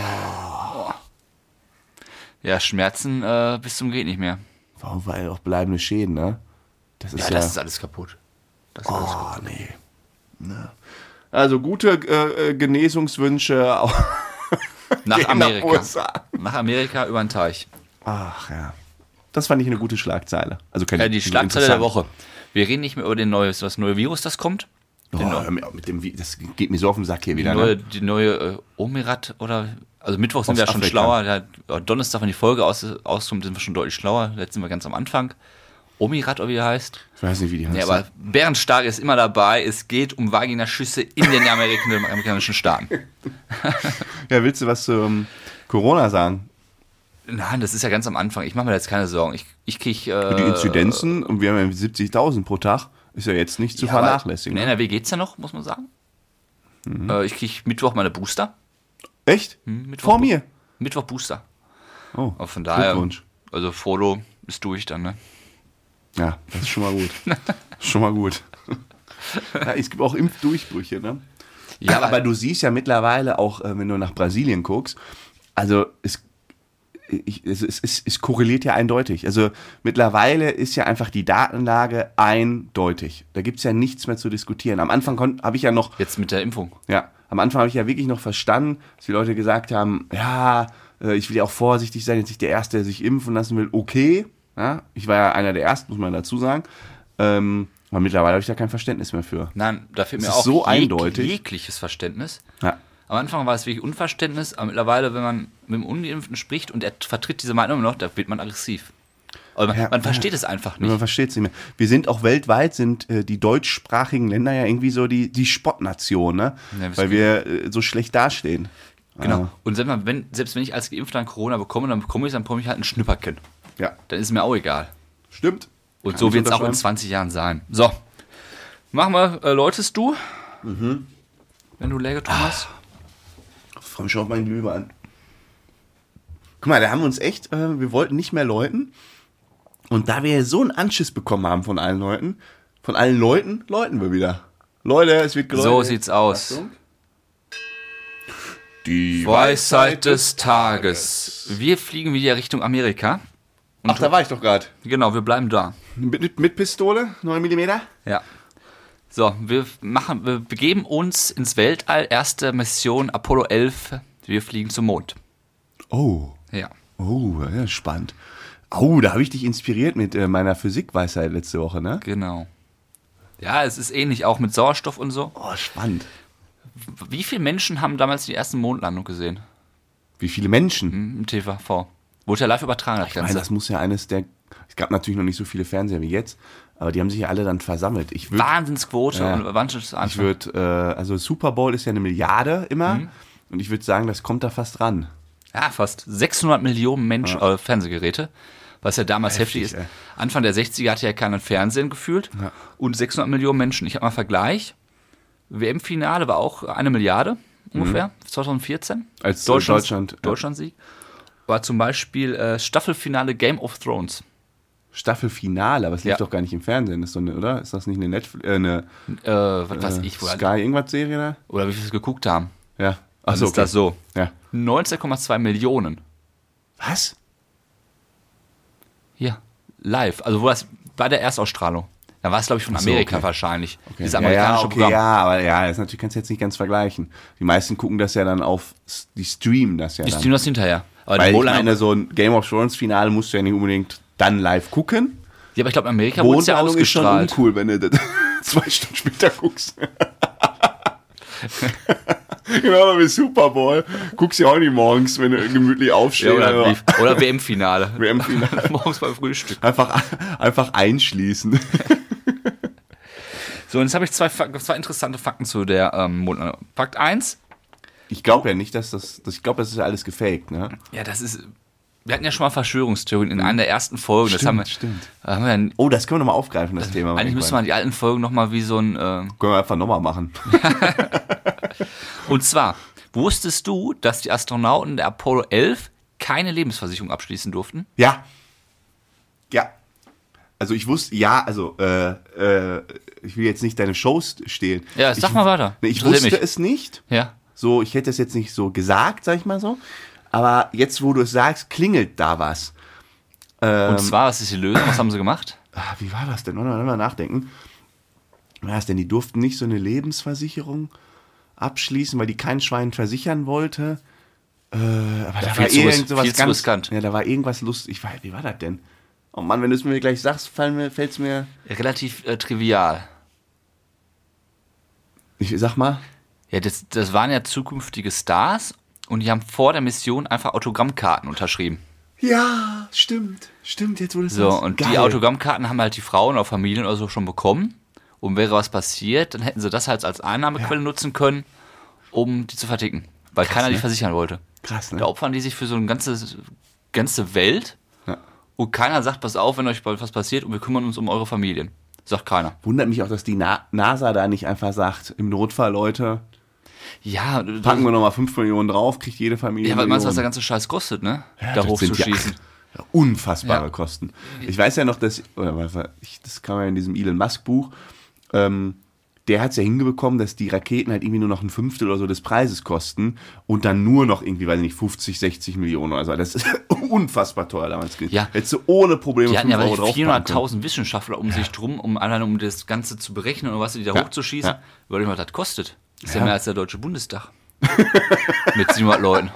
Ja, Schmerzen äh, bis zum geht nicht mehr. Warum? Weil auch bleibende Schäden, ne? Das ist Ja, ja. das ist alles kaputt. Das ist alles oh, kaputt. nee. Ne. Also gute äh, äh, Genesungswünsche auch Nach gehen Amerika. U S A. Nach Amerika über den Teich. Ach ja. Das fand ich eine gute Schlagzeile. Also keine Ja, die so Schlagzeile der interessant. Woche. Wir reden nicht mehr über den neue, das neue Virus, das kommt. Oh, Den hör mir auf mit dem, Vi- das geht mir so auf den Sack hier Die wieder. neue, Ne? die neue äh, Omirat oder. Also Mittwoch sind Aus wir ja schon Afrika. schlauer. Der, Donnerstag, wenn die Folge aus, auskommt, sind wir schon deutlich schlauer. Jetzt sind wir ganz am Anfang. Omirat, oder wie er heißt. Ich weiß nicht, wie die heißt. Ja, aber Bärenstark ist immer dabei. Es geht um Vaginaschüsse in den Amerikan amerikanischen Staaten. ja, willst du was zu ähm, Corona sagen? Nein, das ist ja ganz am Anfang. Ich mache mir da jetzt keine Sorgen. Ich, ich krieg. Äh, Die Inzidenzen, und wir haben ja siebzigtausend pro Tag, ist ja jetzt nicht zu ja, aber vernachlässigen. In Ne? N R W geht's ja noch, muss man sagen. Mhm. Äh, ich krieg Mittwoch meine Booster. Echt? Hm, Mittwoch, Vor mir? Mittwoch Booster. Oh, Aber von daher. Glückwunsch. Also Frodo ist durch dann, ne? Ja, das ist schon mal gut. schon mal gut. ja, es gibt auch Impfdurchbrüche, ne? Ja, aber du siehst ja mittlerweile auch, äh, wenn du nach Brasilien guckst, also es, ich, es, es, es, es korreliert ja eindeutig. Also mittlerweile ist ja einfach die Datenlage eindeutig. Da gibt es ja nichts mehr zu diskutieren. Am Anfang habe ich ja noch, Jetzt mit der Impfung. ja, am Anfang habe ich ja wirklich noch verstanden, dass die Leute gesagt haben, ja, äh, ich will ja auch vorsichtig sein, jetzt nicht der Erste, der sich impfen lassen will, okay. Ja, ich war ja einer der Ersten, muss man dazu sagen. Ähm, aber mittlerweile habe ich da kein Verständnis mehr für. Nein, da fehlt Es mir ist auch so jeg eindeutig. jegliches Verständnis. Ja. Am Anfang war es wirklich Unverständnis, aber mittlerweile, wenn man mit dem Ungeimpften spricht und er vertritt diese Meinung immer noch, da wird man aggressiv. Aber man, Ja, man versteht ja. es einfach Man nicht. versteht es nicht mehr. Wir sind auch weltweit, sind äh, die deutschsprachigen Länder ja irgendwie so die, die Spottnation, ne? Ja, das Weil wir äh, so schlecht dastehen. Genau. Ah, Und selbst wenn, selbst wenn ich als Geimpfter an Corona bekomme, dann bekomme ich dann bekomme ich halt ein Schnüpperkind. ja, Dann ist es mir auch egal. stimmt. Und Kann so ich wird es auch in unterschreiben. zwanzig Jahren sein. So. Machen wir, äh, läutest du? Mhm. Wenn du leer getrunken hast? Ich freue mich schon auf meinen Glühwein. Guck mal, da haben wir uns echt, äh, wir wollten nicht mehr läuten. Und da wir so einen Anschiss bekommen haben von allen Leuten, von allen Leuten, läuten wir wieder. Leute, es wird geläutet. So sieht's aus. Achtung. Die Weisheit des Tages. Wir fliegen wieder Richtung Amerika. Und Ach, da war ich doch gerade. Genau, wir bleiben da. Mit, mit Pistole, neun Millimeter. Ja. So, wir machen, wir begeben uns ins Weltall. Erste Mission Apollo elf. Wir fliegen zum Mond. Oh, Ja. oh, ja, spannend. Oh, da habe ich dich inspiriert mit äh, meiner Physikweisheit letzte Woche, ne? Genau. Ja, es ist ähnlich auch mit Sauerstoff und so. Oh, spannend. Wie viele Menschen haben damals die erste Mondlandung gesehen? Wie viele Menschen? Hm, Im T V V. Wurde ja live übertragen, das Ich meine, Ganze. das muss ja eines der... Es gab natürlich noch nicht so viele Fernseher wie jetzt, aber die haben sich ja alle dann versammelt. Ich würde... Wahnsinnsquote Ja. und Wahnsinns Ich würde, äh, also Super Bowl ist ja eine Milliarde immer und ich würde sagen, das kommt da fast ran. Ja, fast sechshundert Millionen Menschen, äh, Fernsehgeräte, was ja damals heftig, Heftig, ist. ey. Anfang der sechziger hatte ja keiner Fernsehen gefühlt Ja. und sechshundert Millionen Menschen. Ich habe mal einen Vergleich. W M-Finale war auch eine Milliarde ungefähr, zwanzig vierzehn. Als äh, Deutschlands- Deutschland... Ja. Deutschlandsieg. War zum Beispiel äh, Staffelfinale Game of Thrones. Staffelfinale, aber es lief Ja. doch gar nicht im Fernsehen, ist so eine, oder? Ist das nicht eine Netflix, äh, eine Äh, was weiß äh, ich, wo Sky irgendwas Serie da? oder wie wir es geguckt haben. Ja. Dann Achso, ist das so. Ja. neunzehn Komma zwei Millionen. Was? Ja, live. Also wo das bei der Erstausstrahlung. Da war es, glaube ich, von Ach so, Amerika okay. wahrscheinlich. Okay. Dieses Ja, amerikanische ja, okay, Programm. ja, aber ja, das natürlich kannst du jetzt nicht ganz vergleichen. Die meisten gucken das ja dann auf, die streamen das ja Die dann. streamen das hinterher. Aber Weil die ich Mondlandung- meine, so ein Game of Thrones Finale musst du ja nicht unbedingt dann live gucken. ja, aber ich glaube, in Amerika wurde es ja Mondlandung ist schon ausgestrahlt. uncool, wenn du das zwei Stunden später guckst. Genau wie Super Bowl. Guckst ja auch nicht morgens, wenn du gemütlich Ja, aufstehst. oder aber wie- oder W M-Finale. W M-Finale. Morgens beim Frühstück. einfach, einfach einschließen. So, und jetzt habe ich zwei, Fak- zwei interessante Fakten zu der ähm, Mondlandung. Fakt eins. Ich glaube ja nicht, dass das, das ich glaube, das ist ja alles gefaked, ne? Ja, das ist... Wir hatten ja schon mal Verschwörungstheorien in einer der ersten Folgen. Das haben wir, stimmt. da haben wir ja, Oh, das können wir nochmal aufgreifen, das Thema. eigentlich müsste man die alten Folgen nochmal wie so ein... Äh, Können wir einfach nochmal machen. und zwar, wusstest du, dass die Astronauten der Apollo elf keine Lebensversicherung abschließen durften? Ja. Ja. Also ich wusste, ja, also, äh, äh, ich will jetzt nicht deine Shows stehlen. Ja, sag ich, mal weiter. Nee, ich Interessiert wusste mich. es nicht. Ja. So, ich hätte es jetzt nicht so gesagt, sag ich mal so. Aber jetzt, wo du es sagst, klingelt da was. Ähm, Und zwar, was ist die Lösung? Was haben sie gemacht? ah, wie war das denn? Wollen wir mal nachdenken. Was war das denn? Die durften nicht so eine Lebensversicherung abschließen, weil die kein Schwein versichern wollte. Äh, aber da viel war zu ris- irgend sowas viel zu ganz, riskant. Ja, da war irgendwas lustig. Ich weiß, wie war das denn? Oh Mann, wenn du es mir gleich sagst, fällt mir, fällt's mir. Relativ äh, trivial. Ich sag mal. Ja, das, das waren ja zukünftige Stars und die haben vor der Mission einfach Autogrammkarten unterschrieben. Ja, stimmt. Stimmt, jetzt wurde es So, und die Autogrammkarten haben halt die Frauen oder Familien oder so schon bekommen. Und wäre was passiert, dann hätten sie das halt als Einnahmequelle Ja. nutzen können, um die zu verticken. Weil keiner die ne? versichern wollte. Krass, ne? Da opfern die sich für so eine ganze, ganze Welt Ja. und keiner sagt, pass auf, wenn euch bald was passiert und wir kümmern uns um eure Familien. Sagt keiner. Wundert mich auch, dass die Na- NASA da nicht einfach sagt, im Notfall, Leute, Ja, packen wir nochmal fünf Millionen drauf, kriegt jede Familie. ja, weil meinst du, was der Millionen. ganze Scheiß kostet, ne? Ja, da das sind hochzuschießen. Ja, ja, unfassbare Ja. Kosten. Ich weiß ja noch, dass, oder was war- ich, das kam ja in diesem Elon Musk Buch, ähm, der hat es ja hingebekommen, dass die Raketen halt irgendwie nur noch ein Fünftel oder so des Preises kosten und dann nur noch irgendwie, weiß ich nicht, fünfzig, sechzig Millionen oder so. Das ist unfassbar teuer damals. Ja. Hättest du ohne Probleme Die hatten ja fünf Euro aber draufpacken können. vierhunderttausend Wissenschaftler um sich drum, um allein um das Ganze zu berechnen und was die da Ja, hochzuschießen. ja. Überleg mal, was das kostet. Das ist ja, Ja. mehr als der Deutsche Bundestag. Mit siebenhundert Leuten.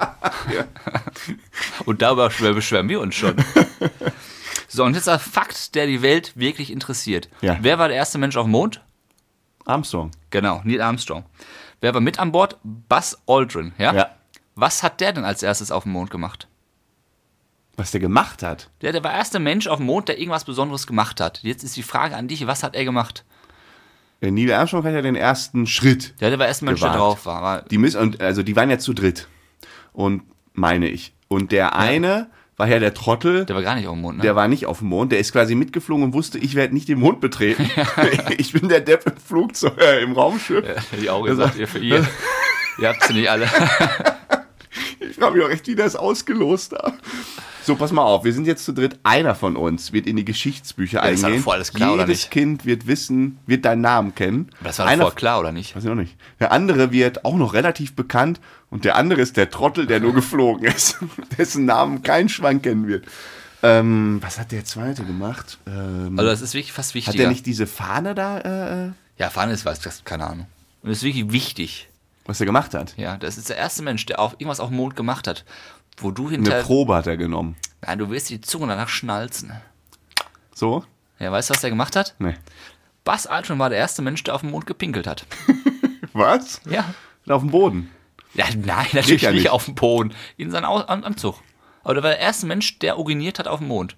Und darüber beschwer- beschweren wir uns schon. So, und jetzt ein Fakt, der die Welt wirklich interessiert. Ja. Wer war der erste Mensch auf dem Mond? Armstrong. Genau, Neil Armstrong. Wer war mit an Bord? Buzz Aldrin. Ja? Ja. Was hat der denn als erstes auf dem Mond gemacht? Was der gemacht hat. Der, der war der erste Mensch auf dem Mond, der irgendwas Besonderes gemacht hat. Jetzt ist die Frage an dich, was hat er gemacht? Der Neil Armstrong hat ja den ersten Schritt. Der, der war der erste Mensch, der gewagt. drauf war. war Die miss und also die waren ja zu dritt. Und meine ich. Und der eine war ja der Trottel, der war gar nicht auf dem Mond, ne? der war nicht auf dem Mond, der ist quasi mitgeflogen und wusste, ich werde nicht den Mond betreten. Ich bin der Depp im Flugzeug, äh, im Raumschiff. Die auch gesagt, ihr für ihr. Ihr habt sie nicht alle. Ich frage mich auch echt, wie das ausgelost da. So, pass mal auf, wir sind jetzt zu dritt. Einer von uns wird in die Geschichtsbücher Ja, das war eingehen. doch voll alles klar, oder Jedes nicht? Kind wird wissen, wird deinen Namen kennen. Das war doch Einer, voll klar, oder nicht? weiß ich auch nicht. Der andere wird auch noch relativ bekannt und der andere ist der Trottel, der nur geflogen ist. Dessen Namen kein Schwank kennen wird. Ähm, was hat der Zweite gemacht? Ähm, Also das ist wirklich fast wichtiger. hat der nicht diese Fahne da, äh, äh, Ja, Fahne ist was, das, keine Ahnung. Und das ist wirklich wichtig. was er gemacht hat? Ja, das ist der erste Mensch, der auch irgendwas auf dem Mond gemacht hat. Wo du Eine hinter... Probe hat er genommen. Nein, du wirst die Zunge danach schnalzen. So? Ja, weißt du, was der gemacht hat? Nee. Buzz Aldrin war der erste Mensch, der auf dem Mond gepinkelt hat. Was? Ja. Auf dem Boden. Ja, nein, natürlich ja nicht nicht. auf dem Boden. In seinem Au- An- Anzug. Aber der war der erste Mensch, der uriniert hat auf dem Mond.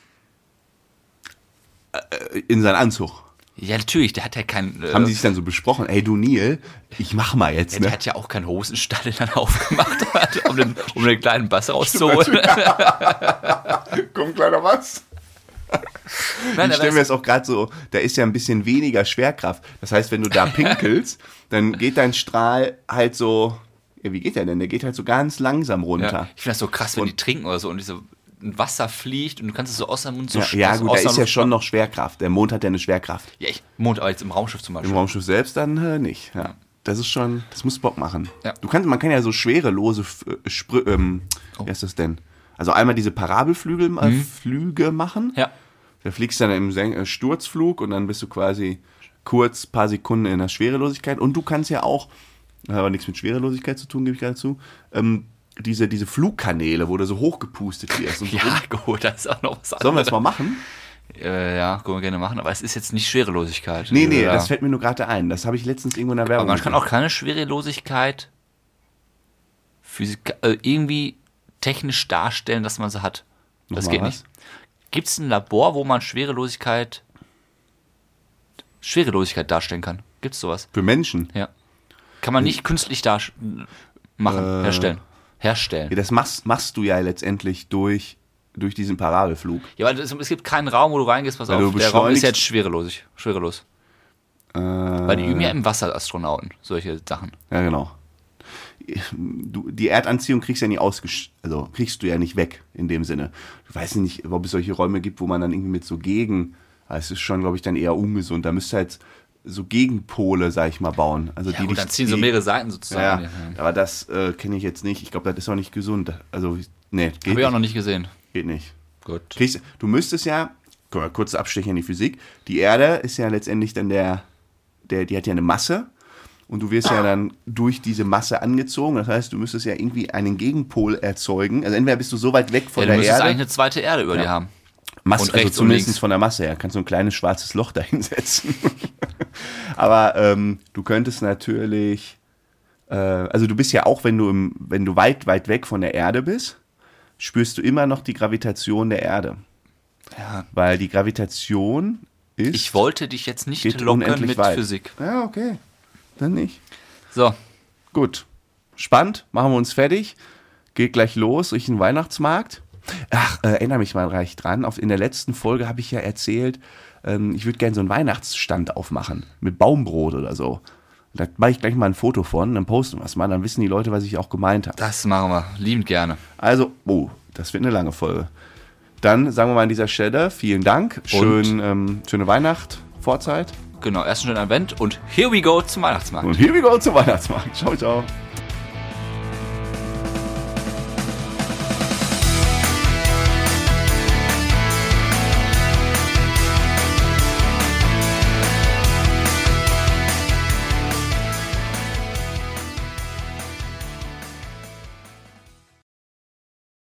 In seinen Anzug. Ja, natürlich, der hat ja keinen... Äh, Haben die sich dann so besprochen, ey du Neil, ich mach mal jetzt, der ne? hat ja auch keinen Hosenstall dann aufgemacht, um den, um den kleinen Bass rauszuholen. Komm, kleiner was? Nein, Ich aber stelle mir es- das auch gerade so, da ist ja ein bisschen weniger Schwerkraft. Das heißt, wenn du da pinkelst, dann geht dein Strahl halt so, ja, wie geht der denn? Der geht halt so ganz langsam runter. ja, ich finde das so krass, wenn Und- die trinken oder so und diese Wasser fliegt und du kannst es so aus dem Mund so Ja, sch- ja aus- gut, aus da der ist ja Luft schon machen. noch Schwerkraft. Der Mond hat ja eine Schwerkraft. Ja, ich, Mond, aber jetzt im Raumschiff zum Beispiel. Im Raumschiff selbst dann äh, nicht. Ja. Das ist schon, das muss Bock machen. Ja. Du kannst, man kann ja so schwerelose F- äh, Sprü ähm, Oh. wie heißt das denn? Also einmal diese Parabelflügel äh, Flüge machen. Ja. Da fliegst du dann im Sen äh, Sturzflug und dann bist du quasi kurz, paar Sekunden in der Schwerelosigkeit. Und du kannst ja auch, hat aber nichts mit Schwerelosigkeit zu tun, gebe ich gerade zu, ähm, diese, diese Flugkanäle, wo du so hochgepustet wirst. Und so Ja, gut, das ist auch noch was anderes. Sollen wir das mal machen? Äh, ja, können wir gerne machen, aber es ist jetzt nicht Schwerelosigkeit. Nee, nee, ja. das fällt mir nur gerade ein. Das habe ich letztens irgendwo in der Aber Werbung man kann gesehen. auch keine Schwerelosigkeit Physik äh, irgendwie technisch darstellen, dass man sie hat. Das Nochmal geht was? nicht. Gibt es ein Labor, wo man Schwerelosigkeit Schwerelosigkeit darstellen kann? Gibt es sowas? Für Menschen. Ja. Kann man nicht künstlich dar machen, Äh. herstellen. Herstellen. Ja, das machst, machst du ja letztendlich durch, durch diesen Parabelflug. Ja, weil es, es gibt keinen Raum, wo du reingehst, pass Weil auf, du der Raum ist beschleunigst- jetzt schwerelos. schwerelos. Äh, Weil die üben ja im Wasser Astronauten, solche Sachen. Ja, genau. Du, die Erdanziehung kriegst du ja nicht ausgesch also kriegst du ja nicht weg in dem Sinne. Du weißt nicht, ob es solche Räume gibt, wo man dann irgendwie mit so gegen, es ist schon, glaube ich, dann eher ungesund. Da müsste halt so Gegenpole, sag ich mal, bauen. Also Ja, die, gut, die, dann ziehen die, so mehrere Seiten sozusagen. Ja, Ja, aber das äh, kenne ich jetzt nicht. Ich glaube, das ist auch nicht gesund. Also, nee, geht Habe ich auch nicht. noch nicht gesehen. Geht nicht. Gut. Kriegst, du müsstest ja, guck mal, kurzer Abstecher in die Physik, die Erde ist ja letztendlich dann der, der, die hat ja eine Masse und du wirst ja dann durch diese Masse angezogen, das heißt, du müsstest ja irgendwie einen Gegenpol erzeugen, also entweder bist du so weit weg von Ja, du der müsstest eigentlich Erde, eine zweite Erde über Ja. dir haben. Masse, und also rechts und zumindest links. von der Masse her, kannst du ein kleines schwarzes Loch da hinsetzen. Aber ähm, du könntest natürlich, äh, also du bist ja auch, wenn du, im, wenn du weit, weit weg von der Erde bist, spürst du immer noch die Gravitation der Erde. Ja. Weil die Gravitation ist. Ich wollte dich jetzt nicht geht locken unendlich mit weit. Physik. Ja, okay. Dann nicht. So, Gut. Spannend. Machen wir uns fertig. Geht gleich los durch den Weihnachtsmarkt. Ach, äh, erinnere mich mal recht dran. Auf, in der letzten Folge habe ich ja erzählt, ähm, ich würde gerne so einen Weihnachtsstand aufmachen. Mit Baumbrot oder so. Da mache ich gleich mal ein Foto von, dann posten wir es mal. Dann wissen die Leute, was ich auch gemeint habe. das machen wir. Liebend gerne. Also, oh, das wird eine lange Folge. Dann sagen wir mal an dieser Stelle vielen Dank. Schön, ähm, schöne Weihnacht, Vorzeit. Genau, ersten schönen Advent und here we go zum Weihnachtsmarkt. Und here we go zum Weihnachtsmarkt. Ciao, ciao.